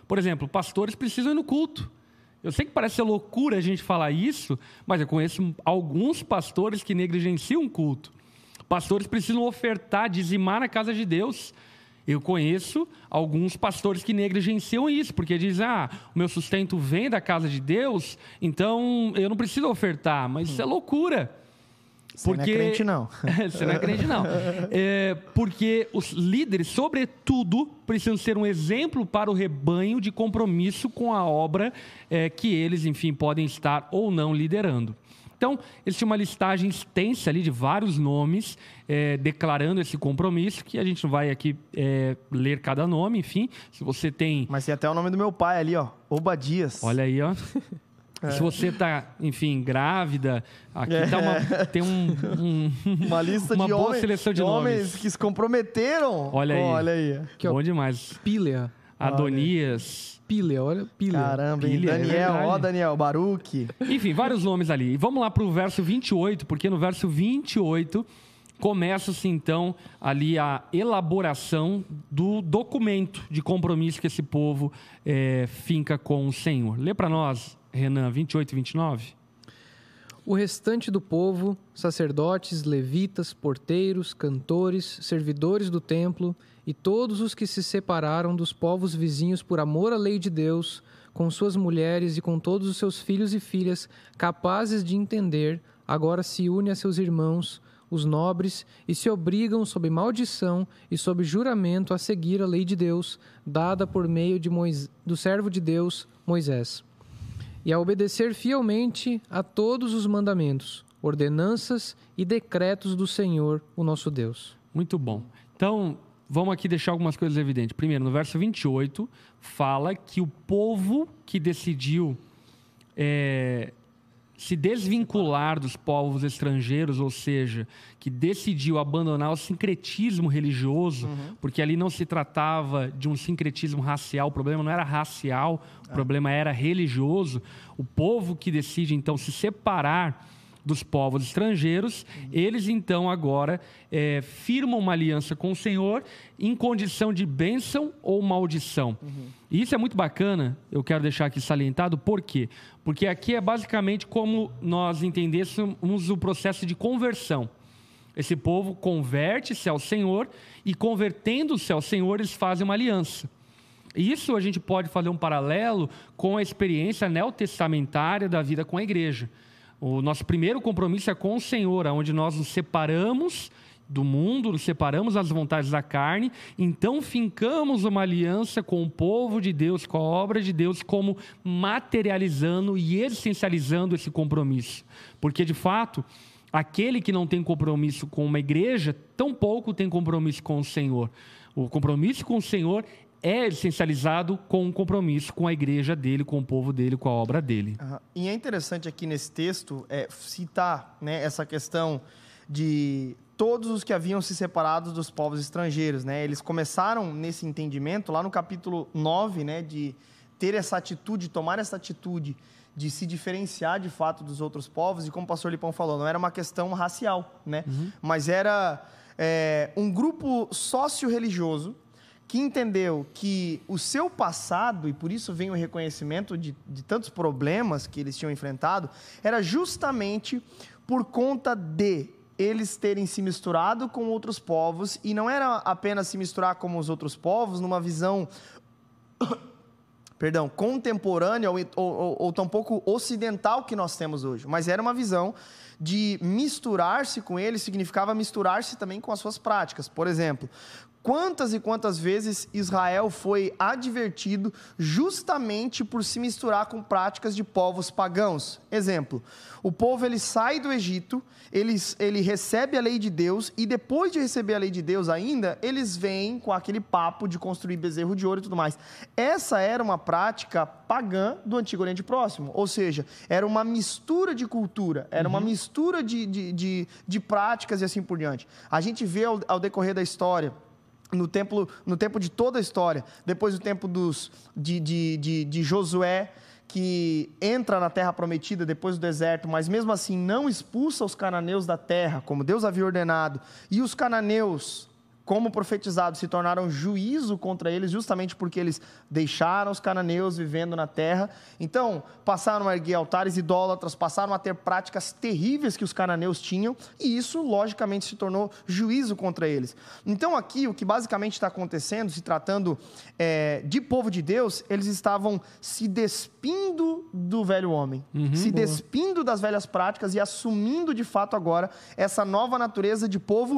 [SPEAKER 1] Por exemplo, pastores precisam ir no culto. Eu sei que parece loucura a gente falar isso, mas eu conheço alguns pastores que negligenciam o culto. Pastores precisam ofertar, dizimar na casa de Deus. Eu conheço alguns pastores que negligenciam isso, porque dizem, ah, o meu sustento vem da casa de Deus, então eu não preciso ofertar. Mas isso é loucura.
[SPEAKER 2] Você porque... não é crente, não.
[SPEAKER 1] Você não é crente, não. É porque os líderes, sobretudo, precisam ser um exemplo para o rebanho de compromisso com a obra é, que eles, enfim, podem estar ou não liderando. Então, existe uma listagem extensa ali de vários nomes é, declarando esse compromisso, que a gente não vai aqui é, ler cada nome, enfim. Se você tem...
[SPEAKER 2] Mas tem até o nome do meu pai ali, ó. Obadias.
[SPEAKER 1] Olha aí, ó. É. Se você está, enfim, grávida, aqui é. tá uma, tem um, um,
[SPEAKER 2] uma lista
[SPEAKER 1] uma
[SPEAKER 2] de
[SPEAKER 1] boa
[SPEAKER 2] homens,
[SPEAKER 1] seleção de
[SPEAKER 2] homens
[SPEAKER 1] nomes.
[SPEAKER 2] que se comprometeram.
[SPEAKER 1] Olha aí.
[SPEAKER 2] Olha aí.
[SPEAKER 3] Que
[SPEAKER 1] bom demais.
[SPEAKER 3] Pílea.
[SPEAKER 1] Adonias.
[SPEAKER 3] Pílea, olha. Pílea.
[SPEAKER 2] Caramba, hein?
[SPEAKER 1] Pílea,
[SPEAKER 2] Daniel,
[SPEAKER 1] é
[SPEAKER 2] ó Daniel, Baruque.
[SPEAKER 1] Enfim, vários nomes ali. E vamos lá para o verso vinte e oito, porque no verso vinte e oito começa-se então ali a elaboração do documento de compromisso que esse povo é, finca com o Senhor. Lê para nós, Renan, vinte e oito e vinte e nove.
[SPEAKER 3] O restante do povo, sacerdotes, levitas, porteiros, cantores, servidores do templo e todos os que se separaram dos povos vizinhos por amor à lei de Deus, com suas mulheres e com todos os seus filhos e filhas, capazes de entender, agora se unem a seus irmãos, os nobres, e se obrigam sob maldição e sob juramento a seguir a lei de Deus, dada por meio de Moisés, do servo de Deus, Moisés, e a obedecer fielmente a todos os mandamentos, ordenanças e decretos do Senhor, o nosso Deus.
[SPEAKER 1] Muito bom. Então, vamos aqui deixar algumas coisas evidentes. Primeiro, no verso vinte e oito, fala que o povo que decidiu é, se desvincular dos povos estrangeiros, ou seja, que decidiu abandonar o sincretismo religioso, uhum. porque ali não se tratava de um sincretismo racial, o problema não era racial, o ah. problema era religioso. O povo que decide, então, se separar dos povos estrangeiros, uhum. eles, então, agora é, firmam uma aliança com o Senhor em condição de bênção ou maldição. Uhum. E isso é muito bacana, eu quero deixar aqui salientado, por quê? Porque aqui é basicamente como nós entendêssemos o processo de conversão. Esse povo converte-se ao Senhor e, convertendo-se ao Senhor, eles fazem uma aliança. E isso a gente pode fazer um paralelo com a experiência neotestamentária da vida com a igreja. O nosso primeiro compromisso é com o Senhor, onde nós nos separamos do mundo, nos separamos das vontades da carne, então fincamos uma aliança com o povo de Deus, com a obra de Deus, como materializando e essencializando esse compromisso. Porque, de fato, aquele que não tem compromisso com uma igreja, tampouco tem compromisso com o Senhor. O compromisso com o Senhor é essencializado com um compromisso com a igreja dele, com o povo dele, com a obra dele.
[SPEAKER 2] Uhum. E é interessante aqui nesse texto é, citar, né, essa questão de todos os que haviam se separado dos povos estrangeiros, né? Eles começaram nesse entendimento lá no capítulo nove, né, de ter essa atitude, tomar essa atitude de se diferenciar de fato dos outros povos, e como o pastor Lipão falou, não era uma questão racial, né? Uhum. Mas era é, um grupo sócio-religioso que entendeu que o seu passado, e por isso vem o reconhecimento de, de tantos problemas que eles tinham enfrentado, era justamente por conta de eles terem se misturado com outros povos, e não era apenas se misturar com os outros povos numa visão perdão, contemporânea ou, ou, ou, ou tampouco ocidental que nós temos hoje, mas era uma visão de misturar-se com eles, significava misturar-se também com as suas práticas. Por exemplo, quantas e quantas vezes Israel foi advertido justamente por se misturar com práticas de povos pagãos? Exemplo, o povo ele sai do Egito, eles, ele recebe a lei de Deus, e depois de receber a lei de Deus ainda, eles vêm com aquele papo de construir bezerro de ouro e tudo mais. Essa era uma prática pagã do Antigo Oriente Próximo, ou seja, era uma mistura de cultura, era uhum. uma mistura de, de, de, de práticas e assim por diante. A gente vê ao, ao decorrer da história, No tempo, no tempo de toda a história, depois do tempo dos, de, de, de, de Josué, que entra na terra prometida depois do deserto, mas mesmo assim não expulsa os cananeus da terra, como Deus havia ordenado, e os cananeus como profetizado, se tornaram juízo contra eles, justamente porque eles deixaram os cananeus vivendo na terra. Então, passaram a erguer altares idólatras, passaram a ter práticas terríveis que os cananeus tinham, e isso, logicamente, se tornou juízo contra eles. Então, aqui, o que basicamente está acontecendo, se tratando é, de povo de Deus, eles estavam se despindo do velho homem, uhum, se boa. despindo das velhas práticas e assumindo, de fato, agora, essa nova natureza de povo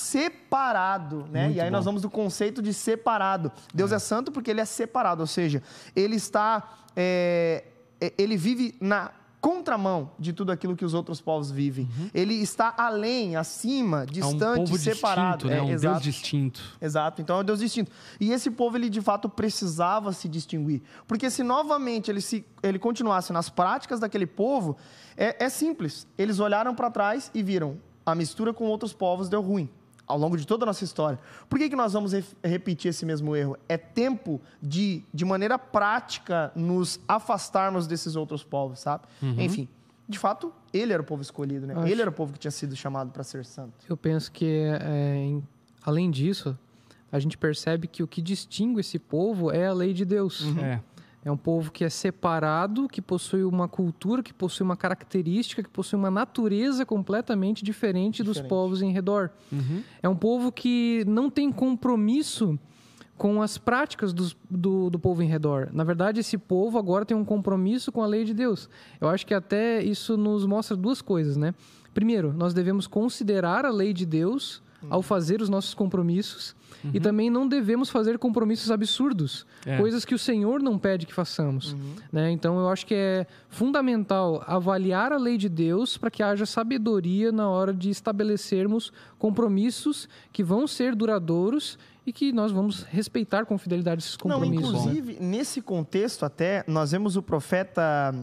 [SPEAKER 2] separado. Né? E aí bom. nós vamos do conceito de separado. Deus é. é santo porque ele é separado, ou seja, ele está, é, ele vive na contramão de tudo aquilo que os outros povos vivem. Uhum. Ele está além, acima, distante, é um povo separado.
[SPEAKER 1] Distinto, né?
[SPEAKER 2] É
[SPEAKER 1] um
[SPEAKER 2] exato.
[SPEAKER 1] Deus distinto.
[SPEAKER 2] Exato, então é um Deus distinto. E esse povo, ele de fato precisava se distinguir. Porque se novamente ele, se, ele continuasse nas práticas daquele povo, é, é simples. Eles olharam para trás e viram a mistura com outros povos deu ruim. Ao longo de toda a nossa história. Por que que nós vamos re- repetir esse mesmo erro? É tempo de, de maneira prática, nos afastarmos desses outros povos, sabe? Uhum. Enfim, de fato, ele era o povo escolhido, né? Acho... Ele era o povo que tinha sido chamado para ser santo.
[SPEAKER 3] Eu penso que, é, em, além disso, a gente percebe que o que distingue esse povo é a lei de Deus.
[SPEAKER 1] Uhum. É.
[SPEAKER 3] É um povo que é separado, que possui uma cultura, que possui uma característica, que possui uma natureza completamente diferente, diferente. dos povos em redor. Uhum. É um povo que não tem compromisso com as práticas dos, do, do povo em redor. Na verdade, esse povo agora tem um compromisso com a lei de Deus. Eu acho que até isso nos mostra duas coisas, né? Primeiro, nós devemos considerar a lei de Deus ao fazer os nossos compromissos. Uhum. E também não devemos fazer compromissos absurdos, é. coisas que o Senhor não pede que façamos. Uhum. Né? Então, eu acho que é fundamental avaliar a lei de Deus para que haja sabedoria na hora de estabelecermos compromissos que vão ser duradouros e que nós vamos respeitar com fidelidade esses compromissos.
[SPEAKER 2] Não, inclusive, nesse contexto até, nós vemos o profeta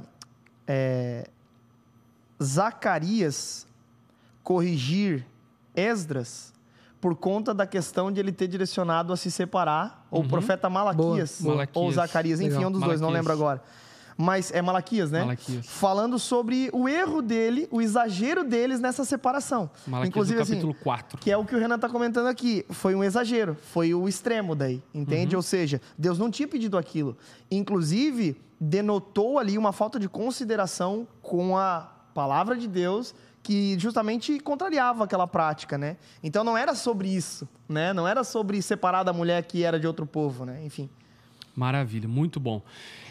[SPEAKER 2] é, Zacarias corrigir Esdras por conta da questão de ele ter direcionado a se separar, ou uhum. o profeta Malaquias,
[SPEAKER 1] Boa. Malaquias.
[SPEAKER 2] ou Zacarias, enfim, Legal. um dos Malaquias. dois, não lembro agora. Mas é Malaquias, né?
[SPEAKER 1] Malaquias.
[SPEAKER 2] Falando sobre o erro dele, o exagero deles nessa separação.
[SPEAKER 1] Malaquias,
[SPEAKER 2] Inclusive,
[SPEAKER 1] capítulo
[SPEAKER 2] assim,
[SPEAKER 1] quatro.
[SPEAKER 2] Que é o que o Renan está comentando aqui. Foi um exagero, foi o extremo daí, entende? Uhum. Ou seja, Deus não tinha pedido aquilo. Inclusive, denotou ali uma falta de consideração com a palavra de Deus, que justamente contrariava aquela prática, né? Então não era sobre isso, né? Não era sobre separar da mulher que era de outro povo, né? Enfim.
[SPEAKER 1] Maravilha, muito bom.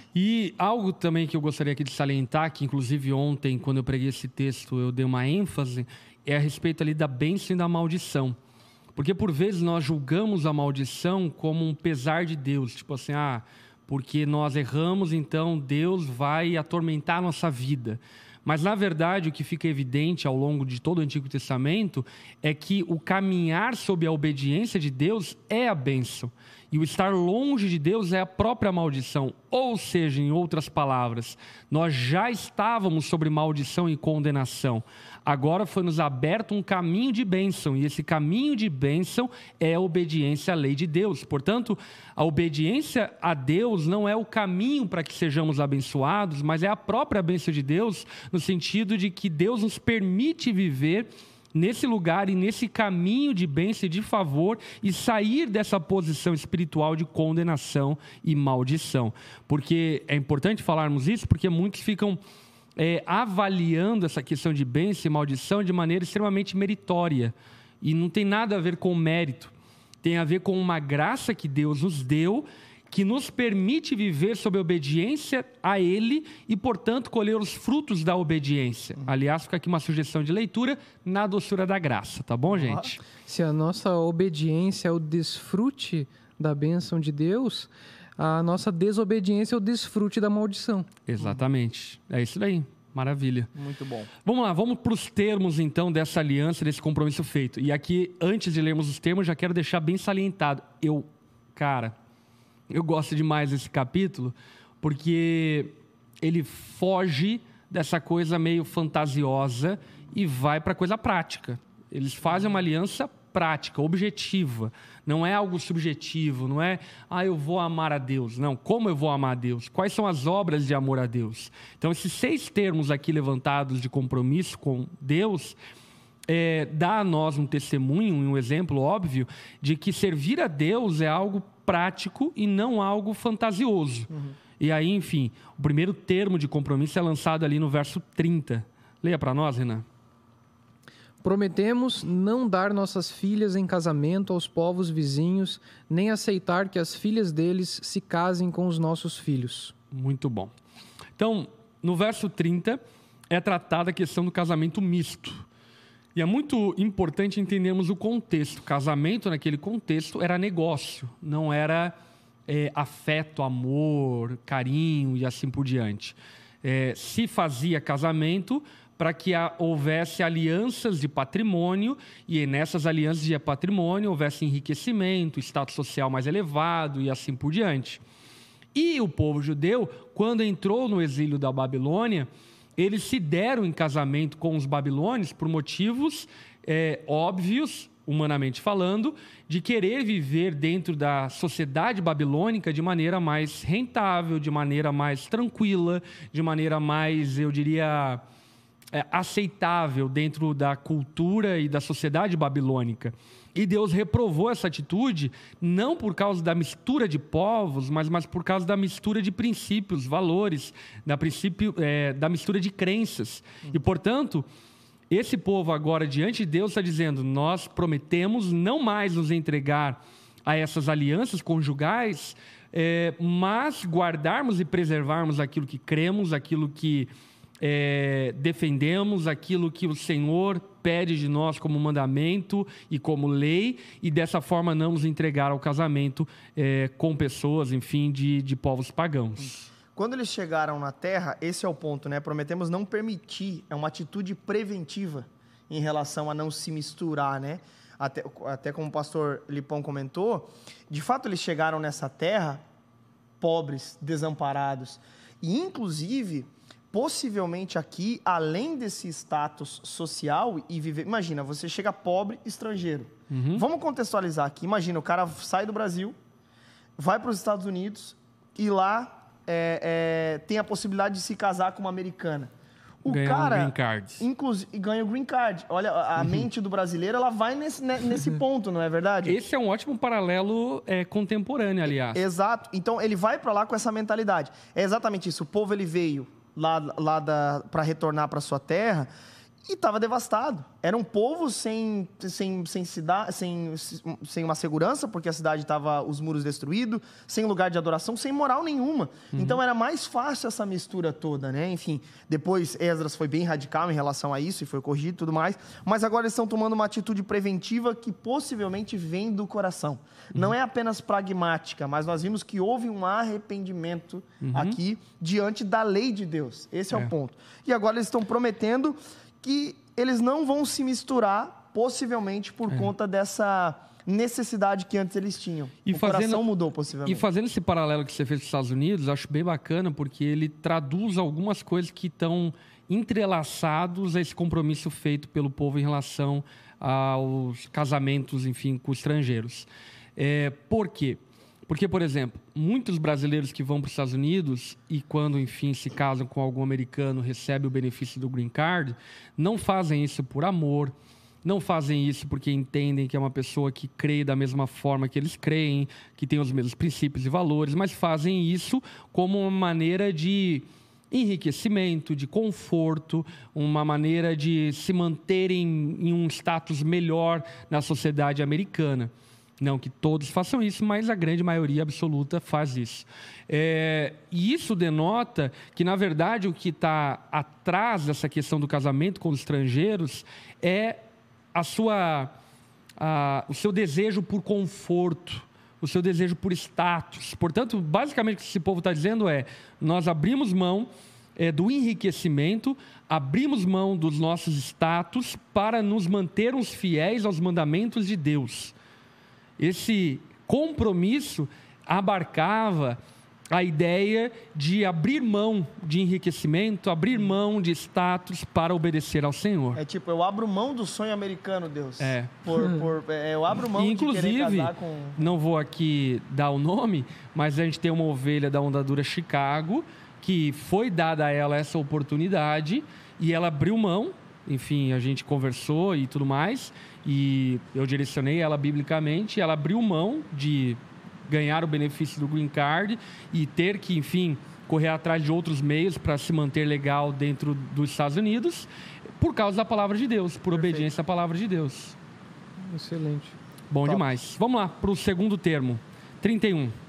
[SPEAKER 1] E algo também que eu gostaria aqui de salientar, que inclusive ontem, quando eu preguei esse texto, eu dei uma ênfase, é a respeito ali da bênção e da maldição. Porque por vezes nós julgamos a maldição como um pesar de Deus, tipo assim, ah, porque nós erramos, então Deus vai atormentar a nossa vida. Mas, na verdade, o que fica evidente ao longo de todo o Antigo Testamento é que o caminhar sob a obediência de Deus é a bênção. E o estar longe de Deus é a própria maldição. Ou seja, em outras palavras, nós já estávamos sobre maldição e condenação. Agora foi-nos aberto um caminho de bênção. E esse caminho de bênção é a obediência à lei de Deus. Portanto, a obediência a Deus não é o caminho para que sejamos abençoados, mas é a própria bênção de Deus, no sentido de que Deus nos permite viver nesse lugar e nesse caminho de bênção e de favor e sair dessa posição espiritual de condenação e maldição. Porque é importante falarmos isso, porque muitos ficam é, avaliando essa questão de bênção e maldição de maneira extremamente meritória. E não tem nada a ver com mérito. Tem a ver com uma graça que Deus nos deu, que nos permite viver sob obediência a Ele e, portanto, colher os frutos da obediência. Aliás, fica aqui uma sugestão de leitura na doçura da graça, tá bom, gente?
[SPEAKER 3] Se a nossa obediência é o desfrute da bênção de Deus, a nossa desobediência é o desfrute da maldição.
[SPEAKER 1] Exatamente. É isso daí. Maravilha.
[SPEAKER 2] Muito bom.
[SPEAKER 1] Vamos lá, vamos para os termos, então, dessa aliança, desse compromisso feito. E aqui, antes de lermos os termos, já quero deixar bem salientado. Eu, cara... Eu gosto demais desse capítulo, porque ele foge dessa coisa meio fantasiosa e vai para a coisa prática. Eles fazem uma aliança prática, objetiva. Não é algo subjetivo, não é, ah, eu vou amar a Deus. Não, como eu vou amar a Deus? Quais são as obras de amor a Deus? Então, esses seis termos aqui levantados de compromisso com Deus é, dá a nós um testemunho, um exemplo óbvio, de que servir a Deus é algo prático e não algo fantasioso. Uhum. E aí, enfim, o primeiro termo de compromisso é lançado ali no verso trinta. Leia para nós, Renan.
[SPEAKER 3] Prometemos não dar nossas filhas em casamento aos povos vizinhos, nem aceitar que as filhas deles se casem com os nossos filhos.
[SPEAKER 1] Muito bom. Então, no verso trinta, é tratada a questão do casamento misto. E é muito importante entendermos o contexto. Casamento, naquele contexto, era negócio, não era é, afeto, amor, carinho e assim por diante. É, se fazia casamento para que a, houvesse alianças de patrimônio, e nessas alianças de patrimônio houvesse enriquecimento, status social mais elevado e assim por diante. E o povo judeu, quando entrou no exílio da Babilônia, eles se deram em casamento com os babilônios por motivos é, óbvios, humanamente falando, de querer viver dentro da sociedade babilônica de maneira mais rentável, de maneira mais tranquila, de maneira mais, eu diria, é, aceitável dentro da cultura e da sociedade babilônica. E Deus reprovou essa atitude não por causa da mistura de povos, mas, mas por causa da mistura de princípios, valores, da, princípio, é, da mistura de crenças. E, portanto, esse povo agora, diante de Deus, está dizendo: nós prometemos não mais nos entregar a essas alianças conjugais, é, mas guardarmos e preservarmos aquilo que cremos, aquilo que é, defendemos, aquilo que o Senhor pede de nós como mandamento e como lei, e dessa forma não nos entregar ao casamento é, com pessoas, enfim, de, de povos pagãos.
[SPEAKER 2] Quando eles chegaram na terra, esse é o ponto, né? Prometemos não permitir, é uma atitude preventiva em relação a não se misturar, né? Até, até como o pastor Lipão comentou, de fato eles chegaram nessa terra pobres, desamparados, e inclusive, possivelmente aqui, além desse status social e viver... Imagina, você chega pobre, estrangeiro. Uhum. Vamos contextualizar aqui. Imagina, o cara sai do Brasil, vai para os Estados Unidos e lá... É, é, tem a possibilidade de se casar com uma americana. O
[SPEAKER 1] ganha
[SPEAKER 2] cara,
[SPEAKER 1] um green card.
[SPEAKER 2] Inclusive, ganha o green card. Olha, a, a uhum. mente do brasileiro, ela vai nesse, nesse ponto, não é verdade?
[SPEAKER 1] Esse é um ótimo paralelo é, contemporâneo, aliás.
[SPEAKER 2] Exato. Então, ele vai para lá com essa mentalidade. É exatamente isso. O povo, ele veio lá, lá para retornar para sua terra e estava devastado. Era um povo sem, sem, sem, cidade, sem, sem uma segurança, porque a cidade estava, os muros destruídos, sem lugar de adoração, sem moral nenhuma. Uhum. Então, era mais fácil essa mistura toda, né? Enfim, depois Esdras foi bem radical em relação a isso, e foi corrigido e tudo mais. Mas agora eles estão tomando uma atitude preventiva que possivelmente vem do coração. Uhum. Não é apenas pragmática, mas nós vimos que houve um arrependimento uhum. aqui diante da lei de Deus. Esse é, é o ponto. E agora eles estão prometendo que eles não vão se misturar, possivelmente por é. conta dessa necessidade que antes eles tinham. E o fazendo, coração mudou, possivelmente.
[SPEAKER 1] E fazendo esse paralelo que você fez com os Estados Unidos, acho bem bacana, porque ele traduz algumas coisas que estão entrelaçados a esse compromisso feito pelo povo em relação aos casamentos, enfim, com estrangeiros. É, por quê? Porque, por exemplo, muitos brasileiros que vão para os Estados Unidos e quando, enfim, se casam com algum americano, recebem o benefício do green card, não fazem isso por amor, não fazem isso porque entendem que é uma pessoa que crê da mesma forma que eles creem, que tem os mesmos princípios e valores, mas fazem isso como uma maneira de enriquecimento, de conforto, uma maneira de se manterem em um status melhor na sociedade americana. Não que todos façam isso, mas a grande maioria absoluta faz isso. É, e isso denota que, na verdade, o que está atrás dessa questão do casamento com os estrangeiros é a sua, a, o seu desejo por conforto, o seu desejo por status. Portanto, basicamente, o que esse povo está dizendo é: nós abrimos mão é, do enriquecimento, abrimos mão dos nossos status para nos mantermos fiéis aos mandamentos de Deus. Esse compromisso abarcava a ideia de abrir mão de enriquecimento, abrir mão de status para obedecer ao Senhor.
[SPEAKER 2] É tipo, eu abro mão do sonho americano, Deus.
[SPEAKER 1] É.
[SPEAKER 2] Por, por, é eu abro mão
[SPEAKER 1] Inclusive,
[SPEAKER 2] de querer casar com...
[SPEAKER 1] não vou aqui dar o nome, mas a gente tem uma ovelha da Ondadura Chicago, que foi dada a ela essa oportunidade, e ela abriu mão enfim, a gente conversou e tudo mais, e eu direcionei ela biblicamente, ela abriu mão de ganhar o benefício do Green Card e ter que, enfim, correr atrás de outros meios para se manter legal dentro dos Estados Unidos, por causa da palavra de Deus, por Perfeito. Obediência à palavra de Deus.
[SPEAKER 3] Excelente.
[SPEAKER 1] Bom
[SPEAKER 2] Top.
[SPEAKER 1] demais. Vamos lá para o segundo termo, trinta e um.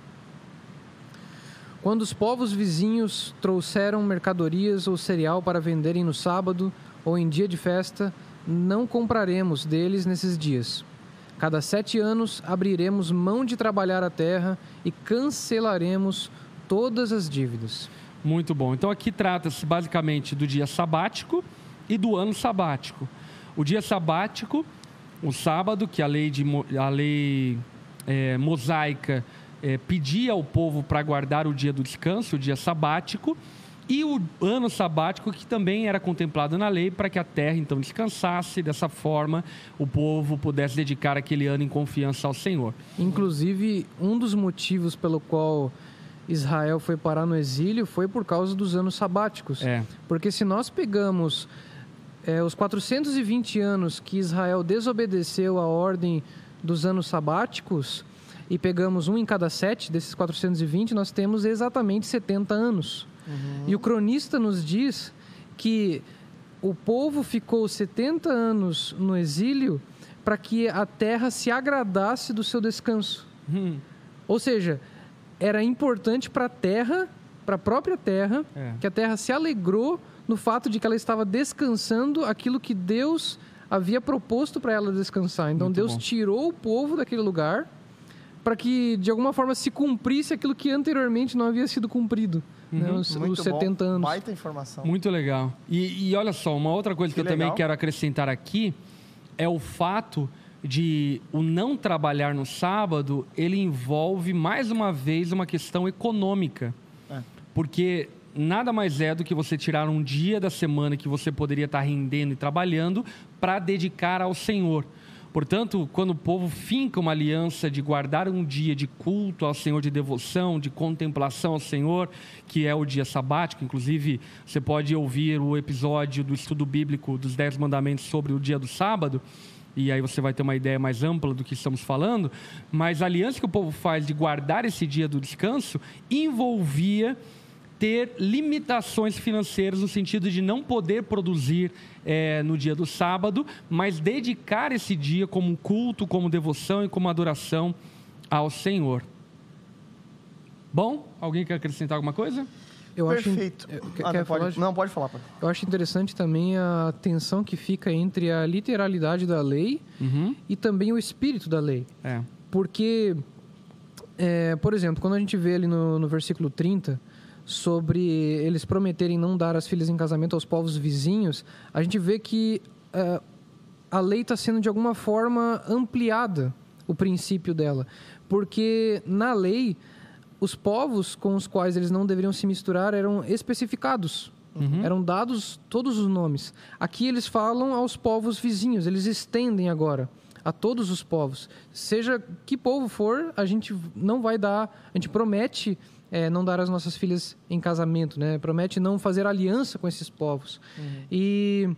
[SPEAKER 3] Quando os povos vizinhos trouxeram mercadorias ou cereal para venderem no sábado ou em dia de festa, não compraremos deles nesses dias. Cada sete anos abriremos mão de trabalhar a terra e cancelaremos todas as dívidas.
[SPEAKER 1] Muito bom. Então aqui trata-se basicamente do dia sabático e do ano sabático. O dia sabático, o sábado, que a lei, de, a lei é, mosaica é, pedia ao povo para guardar o dia do descanso, o dia sabático, e o ano sabático, que também era contemplado na lei, para que a terra então descansasse, dessa forma o povo pudesse dedicar aquele ano em confiança ao Senhor.
[SPEAKER 3] Inclusive, um dos motivos pelo qual Israel foi parar no exílio foi por causa dos anos sabáticos.
[SPEAKER 1] É.
[SPEAKER 3] Porque se nós pegamos é, os quatrocentos e vinte anos que Israel desobedeceu a ordem dos anos sabáticos e pegamos um em cada sete desses quatrocentos e vinte, nós temos exatamente setenta anos. Uhum. E o cronista nos diz que o povo ficou setenta anos no exílio para que a terra se agradasse do seu descanso. Uhum. Ou seja, era importante para a terra, para a própria terra, é. que a terra se alegrou no fato de que ela estava descansando aquilo que Deus havia proposto para ela descansar. Então, Muito Deus bom. tirou o povo daquele lugar para que, de alguma forma, se cumprisse aquilo que anteriormente não havia sido cumprido. Uhum. Né? Os, os setenta
[SPEAKER 2] bom.
[SPEAKER 3] anos.
[SPEAKER 2] Baita informação.
[SPEAKER 1] Muito legal. E, e olha só, uma outra coisa que, que eu legal. também quero acrescentar aqui é o fato de o não trabalhar no sábado, ele envolve, mais uma vez, uma questão econômica. É. Porque nada mais é do que você tirar um dia da semana que você poderia estar rendendo e trabalhando para dedicar ao Senhor. Portanto, quando o povo finca uma aliança de guardar um dia de culto ao Senhor, de devoção, de contemplação ao Senhor, que é o dia sabático, inclusive você pode ouvir o episódio do estudo bíblico dos Dez Mandamentos sobre o dia do sábado, e aí você vai ter uma ideia mais ampla do que estamos falando, mas a aliança que o povo faz de guardar esse dia do descanso envolvia ter limitações financeiras no sentido de não poder produzir é, no dia do sábado, mas dedicar esse dia como culto, como devoção e como adoração ao Senhor. Bom, alguém quer acrescentar alguma coisa?
[SPEAKER 2] Eu Perfeito. Acho,
[SPEAKER 3] eu,
[SPEAKER 2] ah,
[SPEAKER 3] quer
[SPEAKER 2] não,
[SPEAKER 3] falar
[SPEAKER 2] pode,
[SPEAKER 3] de...
[SPEAKER 2] não, pode falar. Pode.
[SPEAKER 3] Eu acho interessante também a tensão que fica entre a literalidade da lei uhum. e também o espírito da lei.
[SPEAKER 1] É.
[SPEAKER 3] Porque, é, por exemplo, quando a gente vê ali no, no versículo trinta... sobre eles prometerem não dar as filhas em casamento aos povos vizinhos, a gente vê que uh, a lei está sendo de alguma forma ampliada, o princípio dela. Porque na lei, os povos com os quais eles não deveriam se misturar eram especificados. Uhum. Eram dados todos os nomes. Aqui eles falam aos povos vizinhos, eles estendem agora a todos os povos. Seja que povo for, a gente não vai dar, a gente promete é, não dar as nossas filhas em casamento, né? Promete não fazer aliança com esses povos. Uhum. E...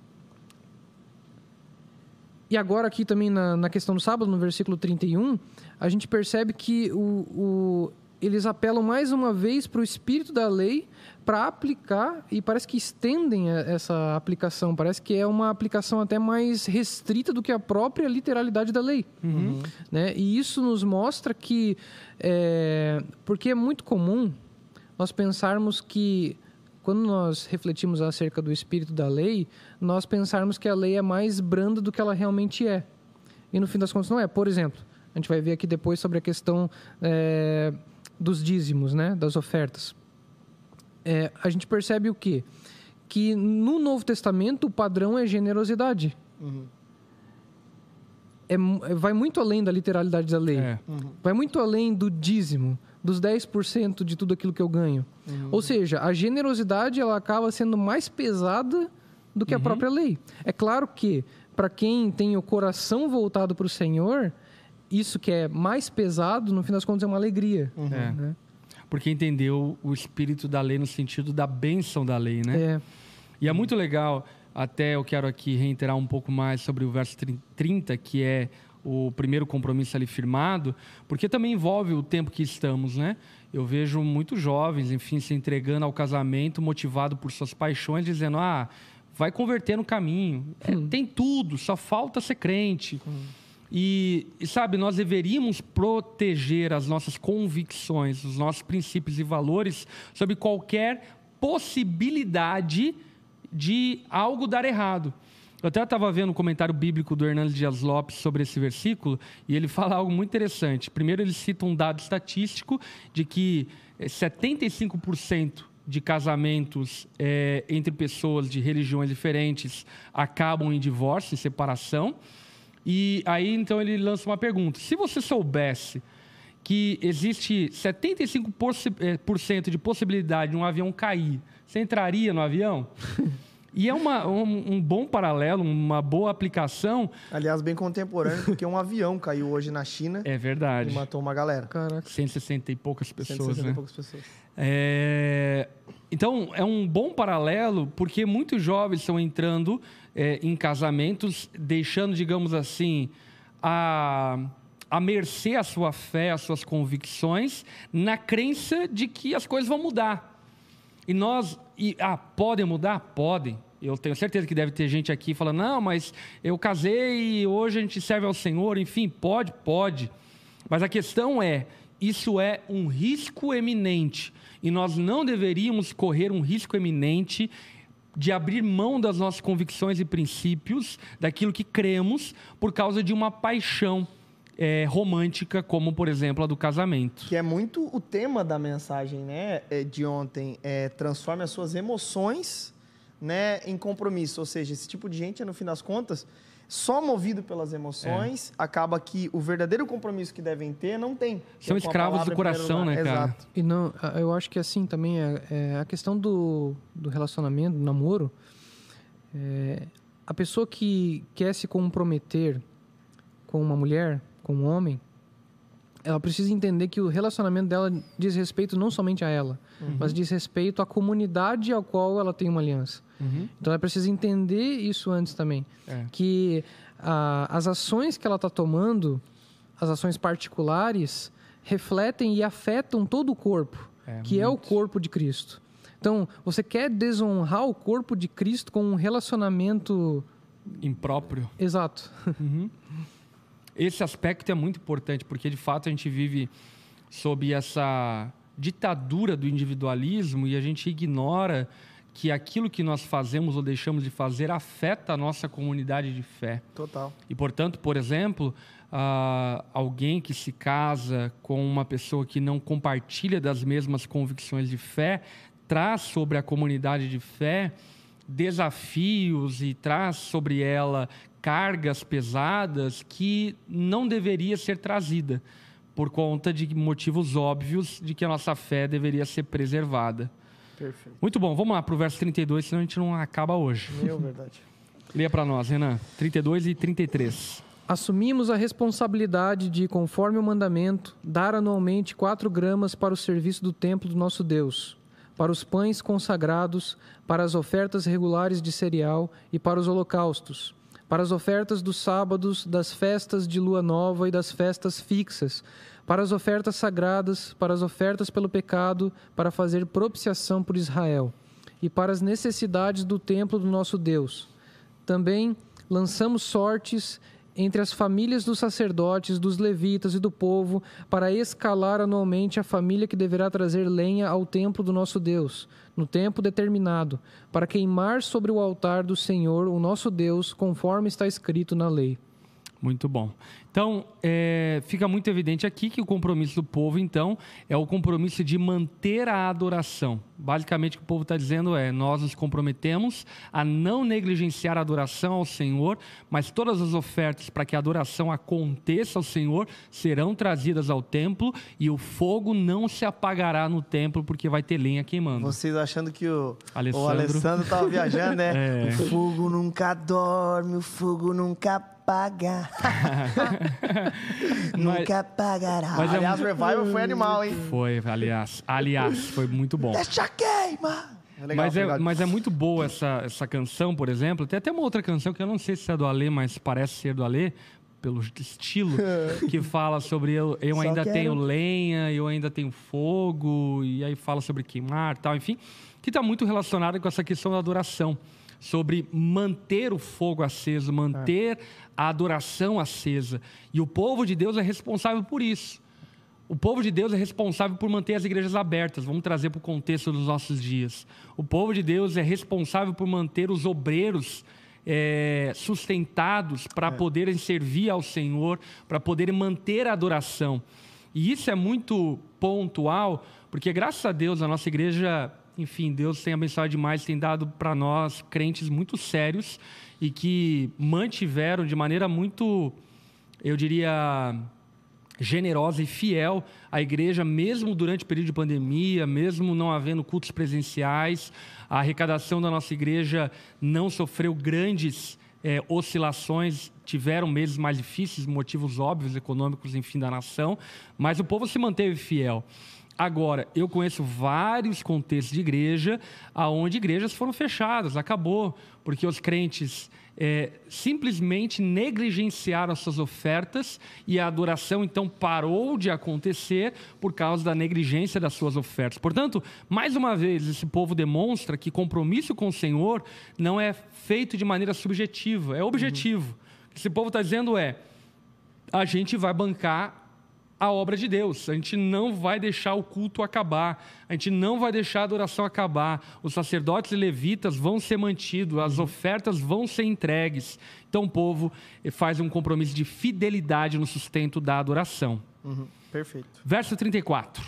[SPEAKER 3] E agora aqui também na, na questão do sábado, no versículo trinta e um, a gente percebe que o, o, eles apelam mais uma vez para o espírito da lei para aplicar, e parece que estendem essa aplicação, parece que é uma aplicação até mais restrita do que a própria literalidade da lei. Uhum. Né? E isso nos mostra que, é, porque é muito comum nós pensarmos que, quando nós refletimos acerca do espírito da lei, nós pensarmos que a lei é mais branda do que ela realmente é. E no fim das contas não é. Por exemplo, a gente vai ver aqui depois sobre a questão é, dos dízimos, né? Das ofertas. É, a gente percebe o quê? Que no Novo Testamento o padrão é generosidade. Uhum. É, vai muito além da literalidade da lei. É. Uhum. Vai muito além do dízimo, dos dez por cento de tudo aquilo que eu ganho. Uhum. Ou seja, a generosidade ela acaba sendo mais pesada do que uhum. a própria lei. É claro que, para quem tem o coração voltado para o Senhor, isso que é mais pesado, no fim das contas, é uma alegria.
[SPEAKER 1] Uhum. É. Né? Porque entendeu o espírito da lei no sentido da bênção da lei, né?
[SPEAKER 3] É.
[SPEAKER 1] E é muito legal até eu quero aqui reiterar um pouco mais sobre o verso trinta, que é o primeiro compromisso ali firmado, porque também envolve o tempo que estamos, né? Eu vejo muitos jovens, enfim, se entregando ao casamento, motivado por suas paixões, dizendo, ah, vai converter no caminho. É, tem tudo, só falta ser crente. Hum. E, e, sabe, nós deveríamos proteger as nossas convicções, os nossos princípios e valores sobre qualquer possibilidade de algo dar errado. Eu até estava vendo um comentário bíblico do Hernandes Dias Lopes sobre esse versículo, e ele fala algo muito interessante. Primeiro, ele cita um dado estatístico de que setenta e cinco por cento de casamentos é, entre pessoas de religiões diferentes acabam em divórcio, em separação. E aí, então, ele lança uma pergunta. Se você soubesse que existe setenta e cinco por cento de possibilidade de um avião cair, você entraria no avião? E é uma, um, um bom paralelo, uma boa aplicação.
[SPEAKER 2] Aliás, bem contemporâneo, porque um avião caiu hoje na China.
[SPEAKER 1] É verdade.
[SPEAKER 2] E matou uma galera.
[SPEAKER 3] Caraca.
[SPEAKER 1] cento e sessenta e poucas pessoas,
[SPEAKER 2] cento e sessenta
[SPEAKER 1] né?
[SPEAKER 2] e poucas pessoas.
[SPEAKER 1] É... Então, é um bom paralelo, porque muitos jovens estão entrando é, em casamentos, deixando, digamos assim, a, a mercê a sua fé, as suas convicções, na crença de que as coisas vão mudar. E nós... E, ah, podem mudar? Podem. Eu tenho certeza que deve ter gente aqui falando, não, mas eu casei e hoje a gente serve ao Senhor. Enfim, pode, pode. Mas a questão é, isso é um risco eminente. E nós não deveríamos correr um risco eminente de abrir mão das nossas convicções e princípios, daquilo que cremos, por causa de uma paixão é, romântica, como, por exemplo, a do casamento.
[SPEAKER 2] Que é muito o tema da mensagem, né, de ontem. É, transforme as suas emoções, né, em compromisso. Ou seja, esse tipo de gente, no fim das contas, só movido pelas emoções, é. acaba que o verdadeiro compromisso que devem ter, não tem.
[SPEAKER 1] São escravos do coração, né, cara?
[SPEAKER 2] Exato.
[SPEAKER 3] E não, eu acho que assim também é, é a questão do, do relacionamento, do namoro. É, a pessoa que quer se comprometer com uma mulher, com um homem, ela precisa entender que o relacionamento dela diz respeito não somente a ela, uhum. mas diz respeito à comunidade ao qual ela tem uma aliança. Uhum. Então, ela precisa entender isso antes também. É. Que a, as ações que ela está tomando, as ações particulares, refletem e afetam todo o corpo, é, que muito. é o corpo de Cristo. Então, você quer desonrar o corpo de Cristo com um relacionamento...
[SPEAKER 1] impróprio.
[SPEAKER 3] Exato.
[SPEAKER 1] Uhum. Esse aspecto é muito importante, porque, de fato, a gente vive sob essa ditadura do individualismo e a gente ignora que aquilo que nós fazemos ou deixamos de fazer afeta a nossa comunidade de fé.
[SPEAKER 2] Total.
[SPEAKER 1] E, portanto, por exemplo, uh, alguém que se casa com uma pessoa que não compartilha das mesmas convicções de fé, traz sobre a comunidade de fé desafios e traz sobre ela cargas pesadas que não deveria ser trazida, por conta de motivos óbvios de que a nossa fé deveria ser preservada.
[SPEAKER 2] Perfeito.
[SPEAKER 1] Muito bom, vamos lá para o verso trinta e dois, senão a gente não acaba hoje.
[SPEAKER 2] Meu, verdade.
[SPEAKER 1] Leia para nós, Renan, trinta e dois e trinta e três.
[SPEAKER 3] Assumimos a responsabilidade de, conforme o mandamento, dar anualmente quatro gramas para o serviço do templo do nosso Deus, para os pães consagrados, para as ofertas regulares de cereal e para os holocaustos, para as ofertas dos sábados, das festas de lua nova e das festas fixas, para as ofertas sagradas, para as ofertas pelo pecado, para fazer propiciação por Israel, e para as necessidades do templo do nosso Deus. Também lançamos sortes entre as famílias dos sacerdotes, dos levitas e do povo, para escalar anualmente a família que deverá trazer lenha ao templo do nosso Deus, no tempo determinado, para queimar sobre o altar do Senhor, o nosso Deus, conforme está escrito na lei.
[SPEAKER 1] Muito bom. Então, é, fica muito evidente aqui que o compromisso do povo, então, é o compromisso de manter a adoração. Basicamente, o que o povo está dizendo é, nós nos comprometemos a não negligenciar a adoração ao Senhor, mas todas as ofertas para que a adoração aconteça ao Senhor serão trazidas ao templo e o fogo não se apagará no templo porque vai ter lenha queimando.
[SPEAKER 2] Vocês achando que o
[SPEAKER 1] Alessandro,
[SPEAKER 2] o Alessandro estava viajando, né?
[SPEAKER 1] É.
[SPEAKER 2] O fogo nunca dorme, o fogo nunca apaga. Nunca apagará.
[SPEAKER 1] Mas
[SPEAKER 2] aliás,
[SPEAKER 1] é...
[SPEAKER 2] o Revival foi animal, hein?
[SPEAKER 1] Foi, aliás. Aliás, foi muito bom.
[SPEAKER 2] Deixa queima! É legal,
[SPEAKER 1] mas, é,
[SPEAKER 2] obrigado.
[SPEAKER 1] mas é muito boa essa, essa canção, por exemplo. Tem até uma outra canção que eu não sei se é do Alê, mas parece ser do Alê, pelo estilo, que fala sobre eu, eu ainda
[SPEAKER 2] quero...
[SPEAKER 1] tenho lenha, eu ainda tenho fogo, e aí fala sobre queimar e tal, enfim, que está muito relacionado com essa questão da adoração, sobre manter o fogo aceso, manter é. a adoração acesa. E o povo de Deus é responsável por isso. O povo de Deus é responsável por manter as igrejas abertas. Vamos trazer para o contexto dos nossos dias. O povo de Deus é responsável por manter os obreiros é, sustentados para é. poderem servir ao Senhor, para poderem manter a adoração. E isso é muito pontual, porque graças a Deus a nossa igreja, enfim, Deus tem abençoado demais, tem dado para nós crentes muito sérios e que mantiveram de maneira muito, eu diria, generosa e fiel a igreja, mesmo durante o período de pandemia, mesmo não havendo cultos presenciais. A arrecadação da nossa igreja não sofreu grandes é, oscilações, tiveram meses mais difíceis, motivos óbvios, econômicos, enfim, da nação, mas o povo se manteve fiel. Agora, eu conheço vários contextos de igreja onde igrejas foram fechadas, acabou, porque os crentes é, simplesmente negligenciaram as suas ofertas e a adoração, então, parou de acontecer por causa da negligência das suas ofertas. Portanto, mais uma vez, esse povo demonstra que compromisso com o Senhor não é feito de maneira subjetiva, é objetivo. Uhum. O que esse povo está dizendo é, a gente vai bancar a obra de Deus, a gente não vai deixar o culto acabar, a gente não vai deixar a adoração acabar, os sacerdotes e levitas vão ser mantidos, as ofertas vão ser entregues. Então o povo faz um compromisso de fidelidade no sustento da adoração.
[SPEAKER 2] Uhum, perfeito.
[SPEAKER 1] Verso trinta e quatro.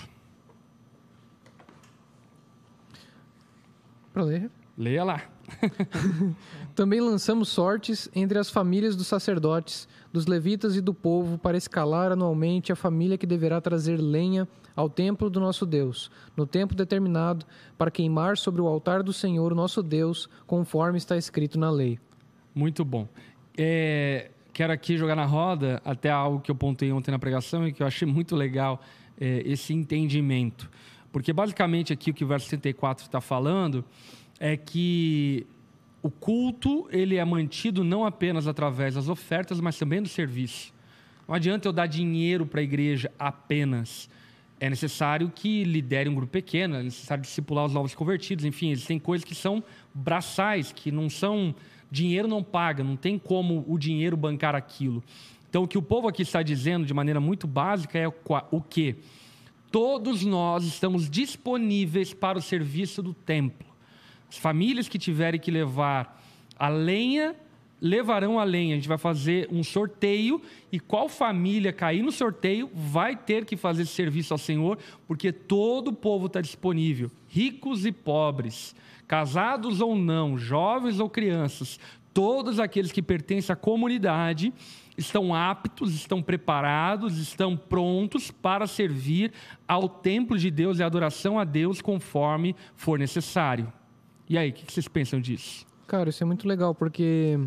[SPEAKER 3] Para ler?
[SPEAKER 1] Leia lá.
[SPEAKER 3] Também lançamos sortes entre as famílias dos sacerdotes, dos levitas e do povo, para escalar anualmente a família que deverá trazer lenha ao templo do nosso Deus, no tempo determinado, para queimar sobre o altar do Senhor, nosso Deus, conforme está escrito na lei.
[SPEAKER 1] Muito bom. É, quero aqui jogar na roda até algo que eu pontei ontem na pregação e que eu achei muito legal, é, esse entendimento. Porque basicamente aqui o que o verso trinta e quatro está falando é que o culto ele é mantido não apenas através das ofertas, mas também do serviço. Não adianta eu dar dinheiro para a igreja apenas. É necessário que lidere um grupo pequeno, é necessário discipular os novos convertidos. Enfim, existem coisas que são braçais, que não são... Dinheiro não paga, não tem como o dinheiro bancar aquilo. Então, o que o povo aqui está dizendo de maneira muito básica é o quê? Todos nós estamos disponíveis para o serviço do templo. As famílias que tiverem que levar a lenha, levarão a lenha. A gente vai fazer um sorteio e qual família cair no sorteio vai ter que fazer esse serviço ao Senhor, porque todo o povo está disponível, ricos e pobres, casados ou não, jovens ou crianças, todos aqueles que pertencem à comunidade estão aptos, estão preparados, estão prontos para servir ao templo de Deus e a adoração a Deus conforme for necessário. E aí, o que vocês pensam disso?
[SPEAKER 3] Cara, isso é muito legal, porque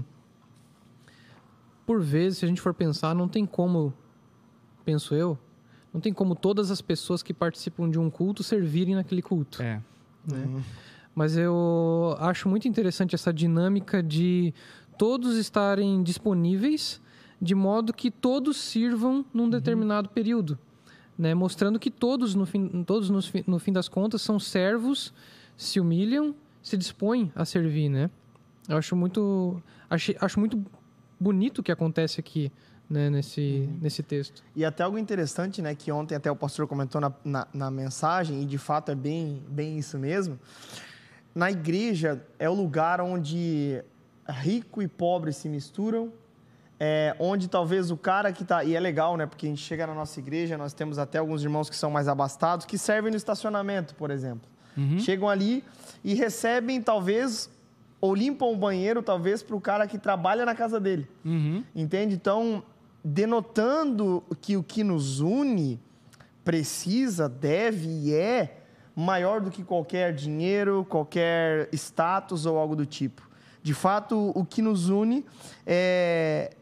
[SPEAKER 3] por vezes, se a gente for pensar, não tem como, penso eu, não tem como todas as pessoas que participam de um culto servirem naquele culto.
[SPEAKER 1] É.
[SPEAKER 3] Né?
[SPEAKER 2] Uhum.
[SPEAKER 3] Mas eu acho muito interessante essa dinâmica de todos estarem disponíveis, de modo que todos sirvam num determinado uhum. período, né? Mostrando que todos, no fim, todos no, no fim das contas, são servos, se humilham, se dispõem a servir, né? Eu acho muito, acho, acho muito bonito o que acontece aqui, né, nesse, uhum. nesse texto.
[SPEAKER 2] E até algo interessante, né, que ontem até o pastor comentou na, na, na mensagem, e de fato é bem, bem isso mesmo. Na igreja é o lugar onde rico e pobre se misturam, é, onde talvez o cara que está... E é legal, né, porque a gente chega na nossa igreja, nós temos até alguns irmãos que são mais abastados, que servem no estacionamento, por exemplo. Uhum. Chegam ali e recebem, talvez, ou limpam o banheiro, talvez, para o cara que trabalha na casa dele. Uhum. Entende? Então, denotando que o que nos une precisa, deve e é maior do que qualquer dinheiro, qualquer status ou algo do tipo. De fato, o que nos une é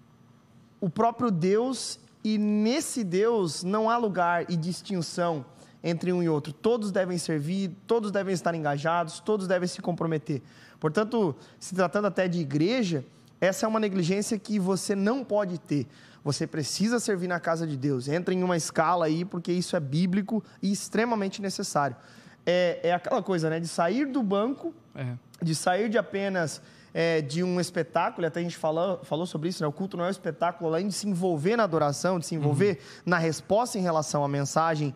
[SPEAKER 2] o próprio Deus, e nesse Deus não há lugar e distinção entre um e outro. Todos devem servir, todos devem estar engajados, todos devem se comprometer. Portanto, se tratando até de igreja, essa é uma negligência que você não pode ter. Você precisa servir na casa de Deus. Entra em uma escala aí, porque isso é bíblico e extremamente necessário. É, é aquela coisa, né? De sair do banco, é. de sair de apenas é, de um espetáculo, e até a gente falou, falou sobre isso, né? O culto não é um espetáculo, além de se envolver na adoração, de se envolver uhum. na resposta em relação à mensagem,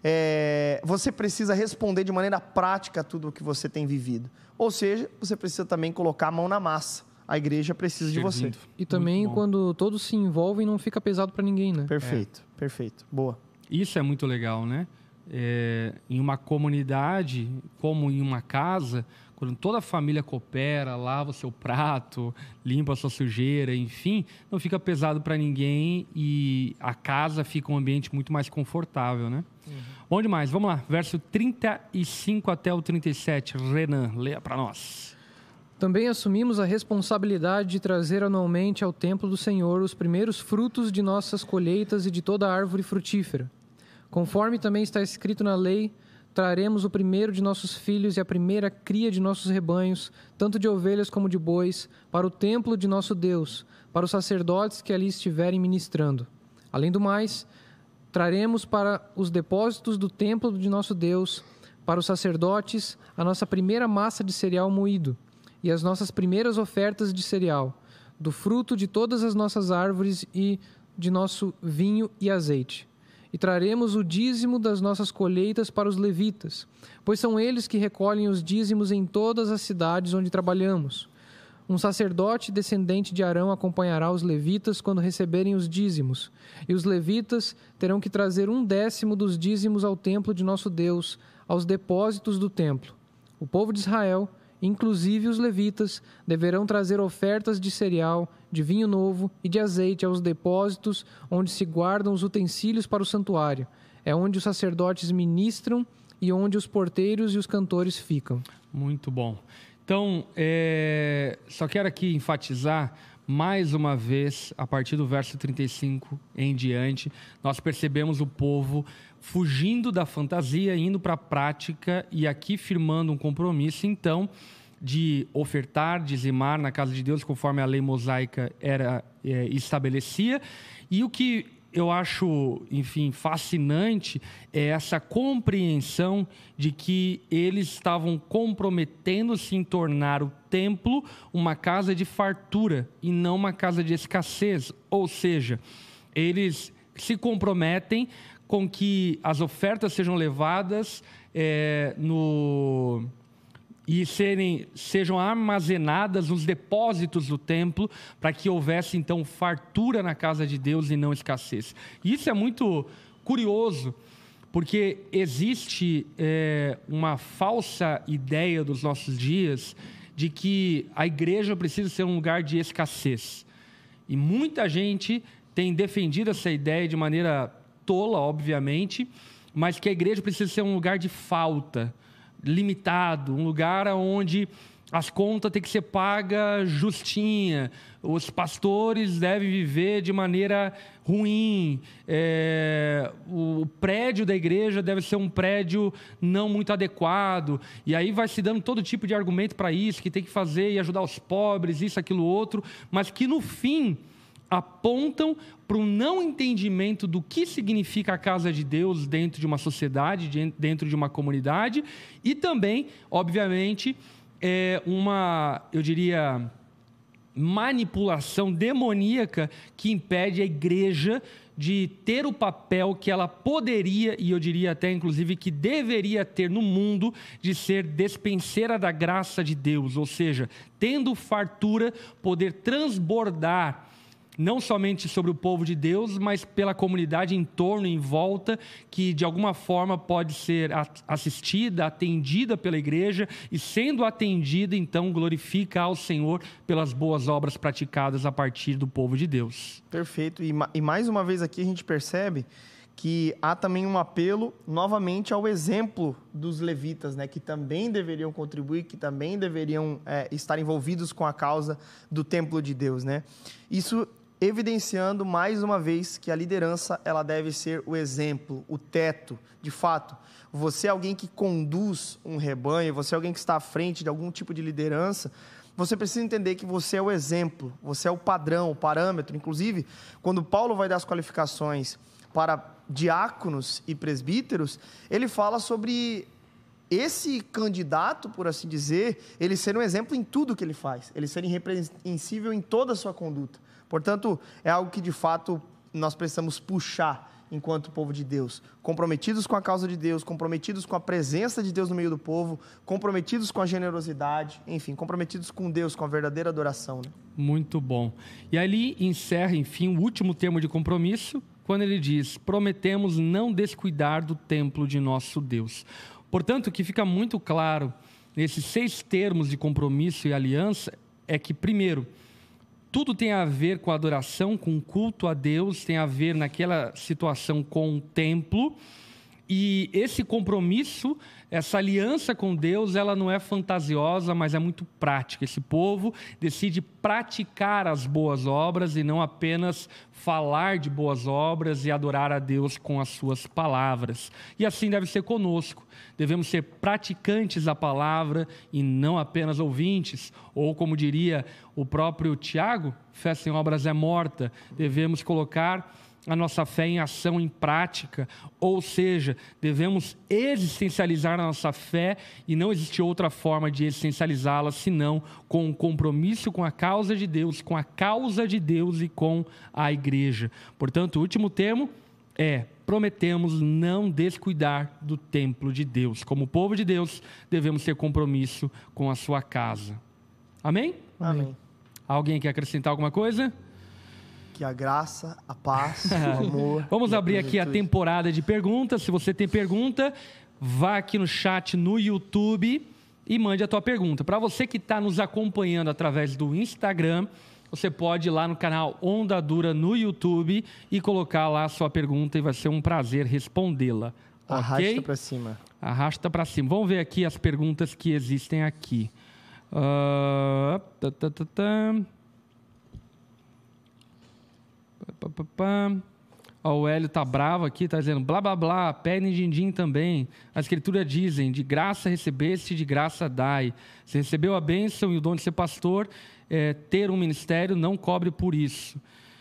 [SPEAKER 2] é, você precisa responder de maneira prática tudo o que você tem vivido. Ou seja, você precisa também colocar a mão na massa. A igreja precisa Servindo. de você.
[SPEAKER 3] E também quando todos se envolvem, não fica pesado para ninguém, né?
[SPEAKER 2] Perfeito, é. perfeito. Boa.
[SPEAKER 1] Isso é muito legal, né? É, em uma comunidade, como em uma casa, quando toda a família coopera, lava o seu prato, limpa a sua sujeira, enfim, não fica pesado para ninguém e a casa fica um ambiente muito mais confortável, né? Uhum. Bom demais. Vamos lá. Verso trinta e cinco até o trinta e sete. Renan, leia para nós.
[SPEAKER 3] Também assumimos a responsabilidade de trazer anualmente ao templo do Senhor os primeiros frutos de nossas colheitas e de toda árvore frutífera. Conforme também está escrito na lei, traremos o primeiro de nossos filhos e a primeira cria de nossos rebanhos, tanto de ovelhas como de bois, para o templo de nosso Deus, para os sacerdotes que ali estiverem ministrando. Além do mais, traremos para os depósitos do templo de nosso Deus, para os sacerdotes, a nossa primeira massa de cereal moído, e as nossas primeiras ofertas de cereal, do fruto de todas as nossas árvores e de nosso vinho e azeite. E traremos o dízimo das nossas colheitas para os levitas, pois são eles que recolhem os dízimos em todas as cidades onde trabalhamos. Um sacerdote descendente de Arão acompanhará os levitas quando receberem os dízimos, e os levitas terão que trazer um décimo dos dízimos ao templo de nosso Deus, aos depósitos do templo. O povo de Israel, inclusive os levitas, deverão trazer ofertas de cereal, de vinho novo e de azeite aos depósitos onde se guardam os utensílios para o santuário. É onde os sacerdotes ministram e onde os porteiros e os cantores ficam.
[SPEAKER 1] Muito bom. Então, é... só quero aqui enfatizar mais uma vez, a partir do verso trinta e cinco em diante, nós percebemos o povo fugindo da fantasia, indo para a prática e aqui firmando um compromisso, então, de ofertar, dizimar na casa de Deus, conforme a lei mosaica era, é, estabelecia. E o que eu acho, enfim, fascinante é essa compreensão de que eles estavam comprometendo-se em tornar o templo uma casa de fartura e não uma casa de escassez. Ou seja, eles se comprometem com que as ofertas sejam levadas é, no... e serem, sejam armazenadas nos depósitos do templo, para que houvesse, então, fartura na casa de Deus e não escassez. E isso é muito curioso, porque existe é, uma falsa ideia dos nossos dias de que a igreja precisa ser um lugar de escassez. E muita gente tem defendido essa ideia de maneira tola, obviamente, mas que a igreja precisa ser um lugar de falta, limitado, um lugar onde as contas têm que ser pagas justinha, os pastores devem viver de maneira ruim, é, o prédio da igreja deve ser um prédio não muito adequado, e aí vai se dando todo tipo de argumento para isso, que tem que fazer e ajudar os pobres, isso, aquilo, outro, mas que no fim apontam para um não entendimento do que significa a casa de Deus dentro de uma sociedade, dentro de uma comunidade, e também, obviamente, é uma, eu diria, manipulação demoníaca que impede a igreja de ter o papel que ela poderia, e eu diria até, inclusive, que deveria ter no mundo, de ser despenseira da graça de Deus, ou seja, tendo fartura, poder transbordar não somente sobre o povo de Deus, mas pela comunidade em torno, em volta, que de alguma forma pode ser assistida, atendida pela igreja, e sendo atendida, então glorifica ao Senhor pelas boas obras praticadas a partir do povo de Deus.
[SPEAKER 2] Perfeito. E, e mais uma vez aqui a gente percebe que há também um apelo, novamente, ao exemplo dos levitas, né, que também deveriam contribuir, que também deveriam é, estar envolvidos com a causa do templo de Deus, né? Isso evidenciando mais uma vez que a liderança ela deve ser o exemplo, o teto. De fato, você é alguém que conduz um rebanho, você é alguém que está à frente de algum tipo de liderança, você precisa entender que você é o exemplo, você é o padrão, o parâmetro. Inclusive, quando Paulo vai dar as qualificações para diáconos e presbíteros, ele fala sobre esse candidato, por assim dizer, ele ser um exemplo em tudo que ele faz, ele ser irrepreensível em toda a sua conduta. Portanto, é algo que de fato nós precisamos puxar enquanto povo de Deus, comprometidos com a causa de Deus, comprometidos com a presença de Deus no meio do povo, comprometidos com a generosidade, enfim, comprometidos com Deus, com a verdadeira adoração. Né?
[SPEAKER 1] Muito bom. E ali encerra, enfim, o último termo de compromisso, quando ele diz: prometemos não descuidar do templo de nosso Deus. Portanto, o que fica muito claro nesses seis termos de compromisso e aliança é que, primeiro, tudo tem a ver com a adoração, com o culto a Deus, tem a ver naquela situação com o templo. E esse compromisso, essa aliança com Deus, ela não é fantasiosa, mas é muito prática. Esse povo decide praticar as boas obras e não apenas falar de boas obras e adorar a Deus com as suas palavras. E assim deve ser conosco. Devemos ser praticantes da palavra e não apenas ouvintes. Ou, como diria o próprio Tiago, fé sem obras é morta. Devemos colocar a nossa fé em ação, em prática, ou seja, devemos existencializar a nossa fé e não existe outra forma de existencializá-la senão com um compromisso com a causa de Deus, com a causa de Deus e com a igreja. Portanto, o último termo é: prometemos não descuidar do templo de Deus. Como povo de Deus, devemos ter compromisso com a sua casa. Amém?
[SPEAKER 2] Amém.
[SPEAKER 1] Alguém quer acrescentar alguma coisa?
[SPEAKER 2] Que a graça, a paz, o amor...
[SPEAKER 1] Vamos abrir aqui a temporada de perguntas. Se você tem pergunta, vá aqui no chat no YouTube e mande a tua pergunta. Para você que está nos acompanhando através do Instagram, você pode ir lá no canal Onda Dura no YouTube e colocar lá a sua pergunta e vai ser um prazer respondê-la.
[SPEAKER 2] Arrasta
[SPEAKER 1] okay?
[SPEAKER 2] para cima. Arrasta
[SPEAKER 1] para cima. Vamos ver aqui as perguntas que existem aqui. Uh, tá, tá, tá, tá. Ó, o Hélio tá bravo aqui, tá dizendo blá blá blá, pé e din-din também. A escritura dizem: de graça recebeste, de graça dai. Você recebeu a bênção e o dom de ser pastor, é, ter um ministério não cobre por isso.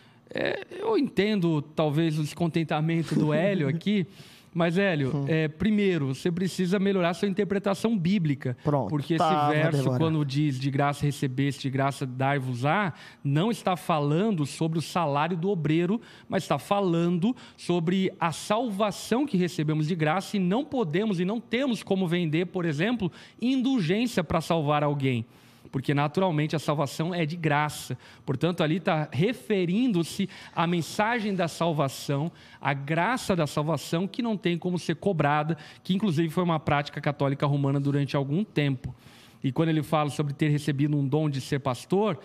[SPEAKER 1] É, eu entendo talvez o descontentamento do Hélio aqui, mas Hélio, hum. é, primeiro, você precisa melhorar sua interpretação bíblica.
[SPEAKER 2] Pronto,
[SPEAKER 1] porque
[SPEAKER 2] tá,
[SPEAKER 1] esse verso, quando diz de graça recebeste, de graça dar-vos-á, não está falando sobre o salário do obreiro, mas está falando sobre a salvação que recebemos de graça e não podemos e não temos como vender, por exemplo, indulgência para salvar alguém. Porque naturalmente a salvação é de graça. Portanto, ali está referindo-se à mensagem da salvação, à graça da salvação, que não tem como ser cobrada, que inclusive foi uma prática católica romana durante algum tempo. E quando ele fala sobre ter recebido um dom de ser pastor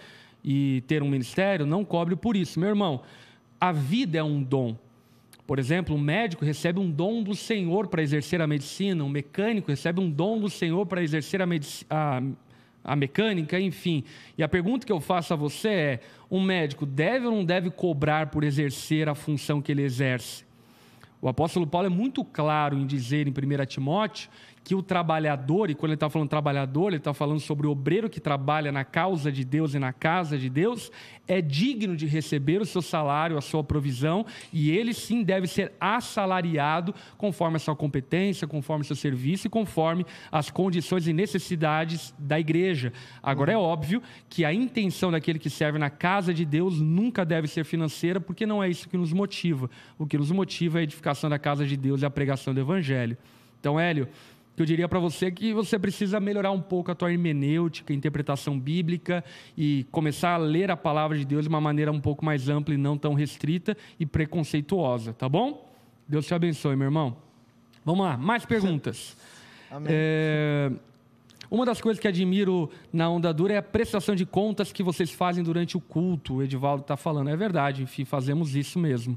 [SPEAKER 1] e ter um ministério, não cobre por isso. Meu irmão, a vida é um dom. Por exemplo, um médico recebe um dom do Senhor para exercer a medicina, um mecânico recebe um dom do Senhor para exercer a medicina, a mecânica, enfim. E a pergunta que eu faço a você é: um médico deve ou não deve cobrar por exercer a função que ele exerce? O apóstolo Paulo é muito claro em dizer em primeiro Timóteo que o trabalhador, e quando ele está falando trabalhador, ele está falando sobre o obreiro que trabalha na causa de Deus e na casa de Deus, é digno de receber o seu salário, a sua provisão, e ele sim deve ser assalariado conforme a sua competência, conforme o seu serviço e conforme as condições e necessidades da igreja. Agora, é óbvio que a intenção daquele que serve na casa de Deus nunca deve ser financeira, porque não é isso que nos motiva. O que nos motiva é a edificação da casa de Deus e a pregação do evangelho. Então, Hélio, eu diria para você que você precisa melhorar um pouco a tua hermenêutica, interpretação bíblica e começar a ler a palavra de Deus de uma maneira um pouco mais ampla e não tão restrita e preconceituosa, tá bom? Deus te abençoe, meu irmão. Vamos lá, mais perguntas.
[SPEAKER 2] Amém.
[SPEAKER 1] É, uma das coisas que admiro na Onda Dura é a prestação de contas que vocês fazem durante o culto. O Edivaldo está falando, é verdade, enfim, fazemos isso mesmo.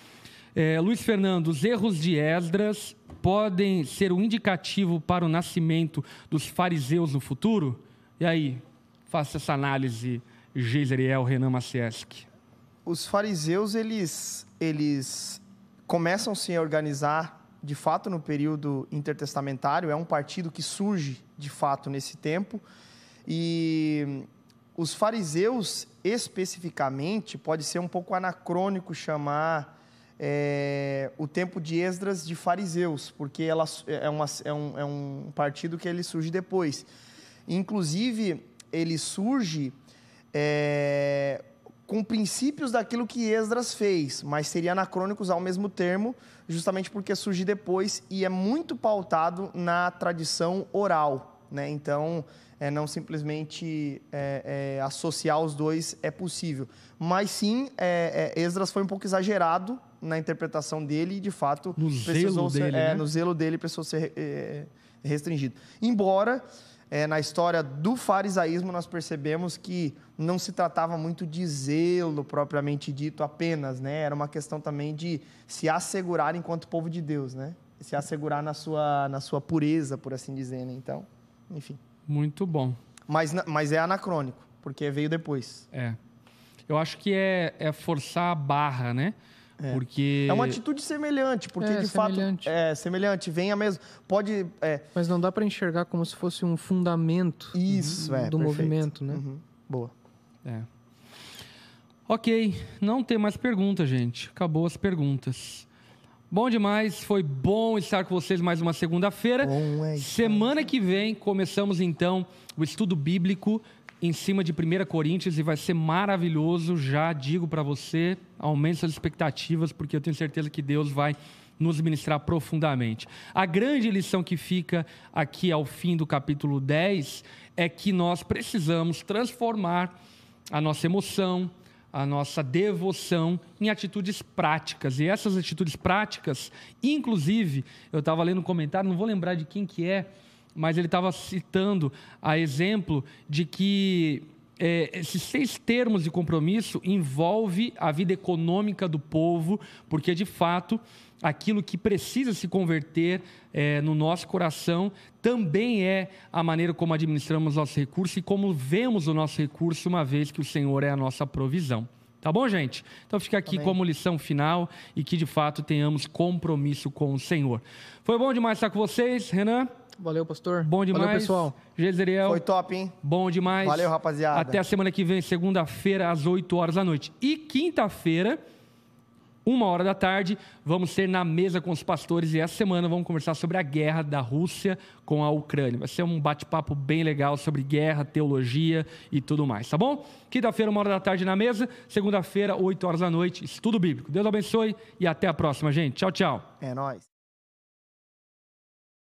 [SPEAKER 1] É, Luiz Fernando, os erros de Esdras podem ser um indicativo para o nascimento dos fariseus no futuro? E aí, faça essa análise, Geiseriel Renan Macieski.
[SPEAKER 2] os fariseus, eles, eles começam -se a organizar, de fato, no período intertestamentário. É um partido que surge, de fato, nesse tempo. E os fariseus, especificamente, pode ser um pouco anacrônico chamar é, o tempo de Esdras de fariseus, porque ela é, uma, é, um, é um partido que ele surge depois. Inclusive, ele surge é, com princípios daquilo que Esdras fez, mas seria anacrônicos ao mesmo termo, justamente porque surge depois e é muito pautado na tradição oral, né? Então, é, não simplesmente é, é, associar os dois é possível. Mas sim, é, é, Esdras foi um pouco exagerado na interpretação dele e, de fato,
[SPEAKER 1] no
[SPEAKER 2] precisou
[SPEAKER 1] zelo
[SPEAKER 2] ser,
[SPEAKER 1] dele,
[SPEAKER 2] é,
[SPEAKER 1] né?
[SPEAKER 2] no zelo dele precisou ser é, restringido. Embora, é, na história do farisaísmo, nós percebemos que não se tratava muito de zelo propriamente dito apenas, né? Era uma questão também de se assegurar enquanto povo de Deus, né? Se assegurar na sua, na sua pureza, por assim dizer, né? Então, enfim.
[SPEAKER 1] Muito bom.
[SPEAKER 2] Mas, mas é anacrônico, porque veio depois.
[SPEAKER 1] É. Eu acho que é, é forçar a barra, né?
[SPEAKER 2] É.
[SPEAKER 1] Porque...
[SPEAKER 2] É uma atitude semelhante, porque
[SPEAKER 3] É,
[SPEAKER 2] de
[SPEAKER 3] semelhante.
[SPEAKER 2] fato é semelhante, vem a mesma. Pode. É,
[SPEAKER 3] Mas não dá para enxergar como se fosse um fundamento
[SPEAKER 2] isso,
[SPEAKER 3] do,
[SPEAKER 2] é,
[SPEAKER 3] do
[SPEAKER 2] perfeito.
[SPEAKER 3] movimento, né?
[SPEAKER 2] Uhum. Boa.
[SPEAKER 1] É. Ok, não tem mais perguntas, gente. Acabou as perguntas. Bom demais, foi bom estar com vocês mais uma segunda-feira.
[SPEAKER 2] Bom, é isso.
[SPEAKER 1] Semana que vem começamos então o estudo bíblico em cima de primeira Coríntios e vai ser maravilhoso, já digo para você, aumente suas expectativas, porque eu tenho certeza que Deus vai nos ministrar profundamente. A grande lição que fica aqui ao fim do capítulo dez é que nós precisamos transformar a nossa emoção, a nossa devoção em atitudes práticas. E essas atitudes práticas, inclusive, eu estava lendo um comentário, não vou lembrar de quem que é, mas ele estava citando a exemplo de que é, esses seis termos de compromisso envolve a vida econômica do povo, porque, de fato, aquilo que precisa se converter é, no nosso coração também é a maneira como administramos nossos recursos e como vemos o nosso recurso, uma vez que o Senhor é a nossa provisão. Tá bom, gente? Então fica aqui
[SPEAKER 2] Amém.
[SPEAKER 1] Como lição final e que, de fato, tenhamos compromisso com o Senhor. Foi bom demais estar com vocês, Renan.
[SPEAKER 3] Valeu, pastor.
[SPEAKER 1] Bom demais.
[SPEAKER 3] Valeu, pessoal.
[SPEAKER 1] Jezreel.
[SPEAKER 2] Foi top, hein?
[SPEAKER 1] Bom demais.
[SPEAKER 2] Valeu, rapaziada.
[SPEAKER 1] Até a semana que vem, segunda-feira, às oito horas da noite. E quinta-feira, uma hora da tarde, vamos ser na mesa com os pastores. E essa semana vamos conversar sobre a guerra da Rússia com a Ucrânia. Vai ser um bate-papo bem legal sobre guerra, teologia e tudo mais, tá bom? Quinta-feira, uma hora da tarde na mesa. Segunda-feira, oito horas da noite, estudo bíblico. Deus abençoe e até a próxima, gente. Tchau, tchau.
[SPEAKER 2] É nóis.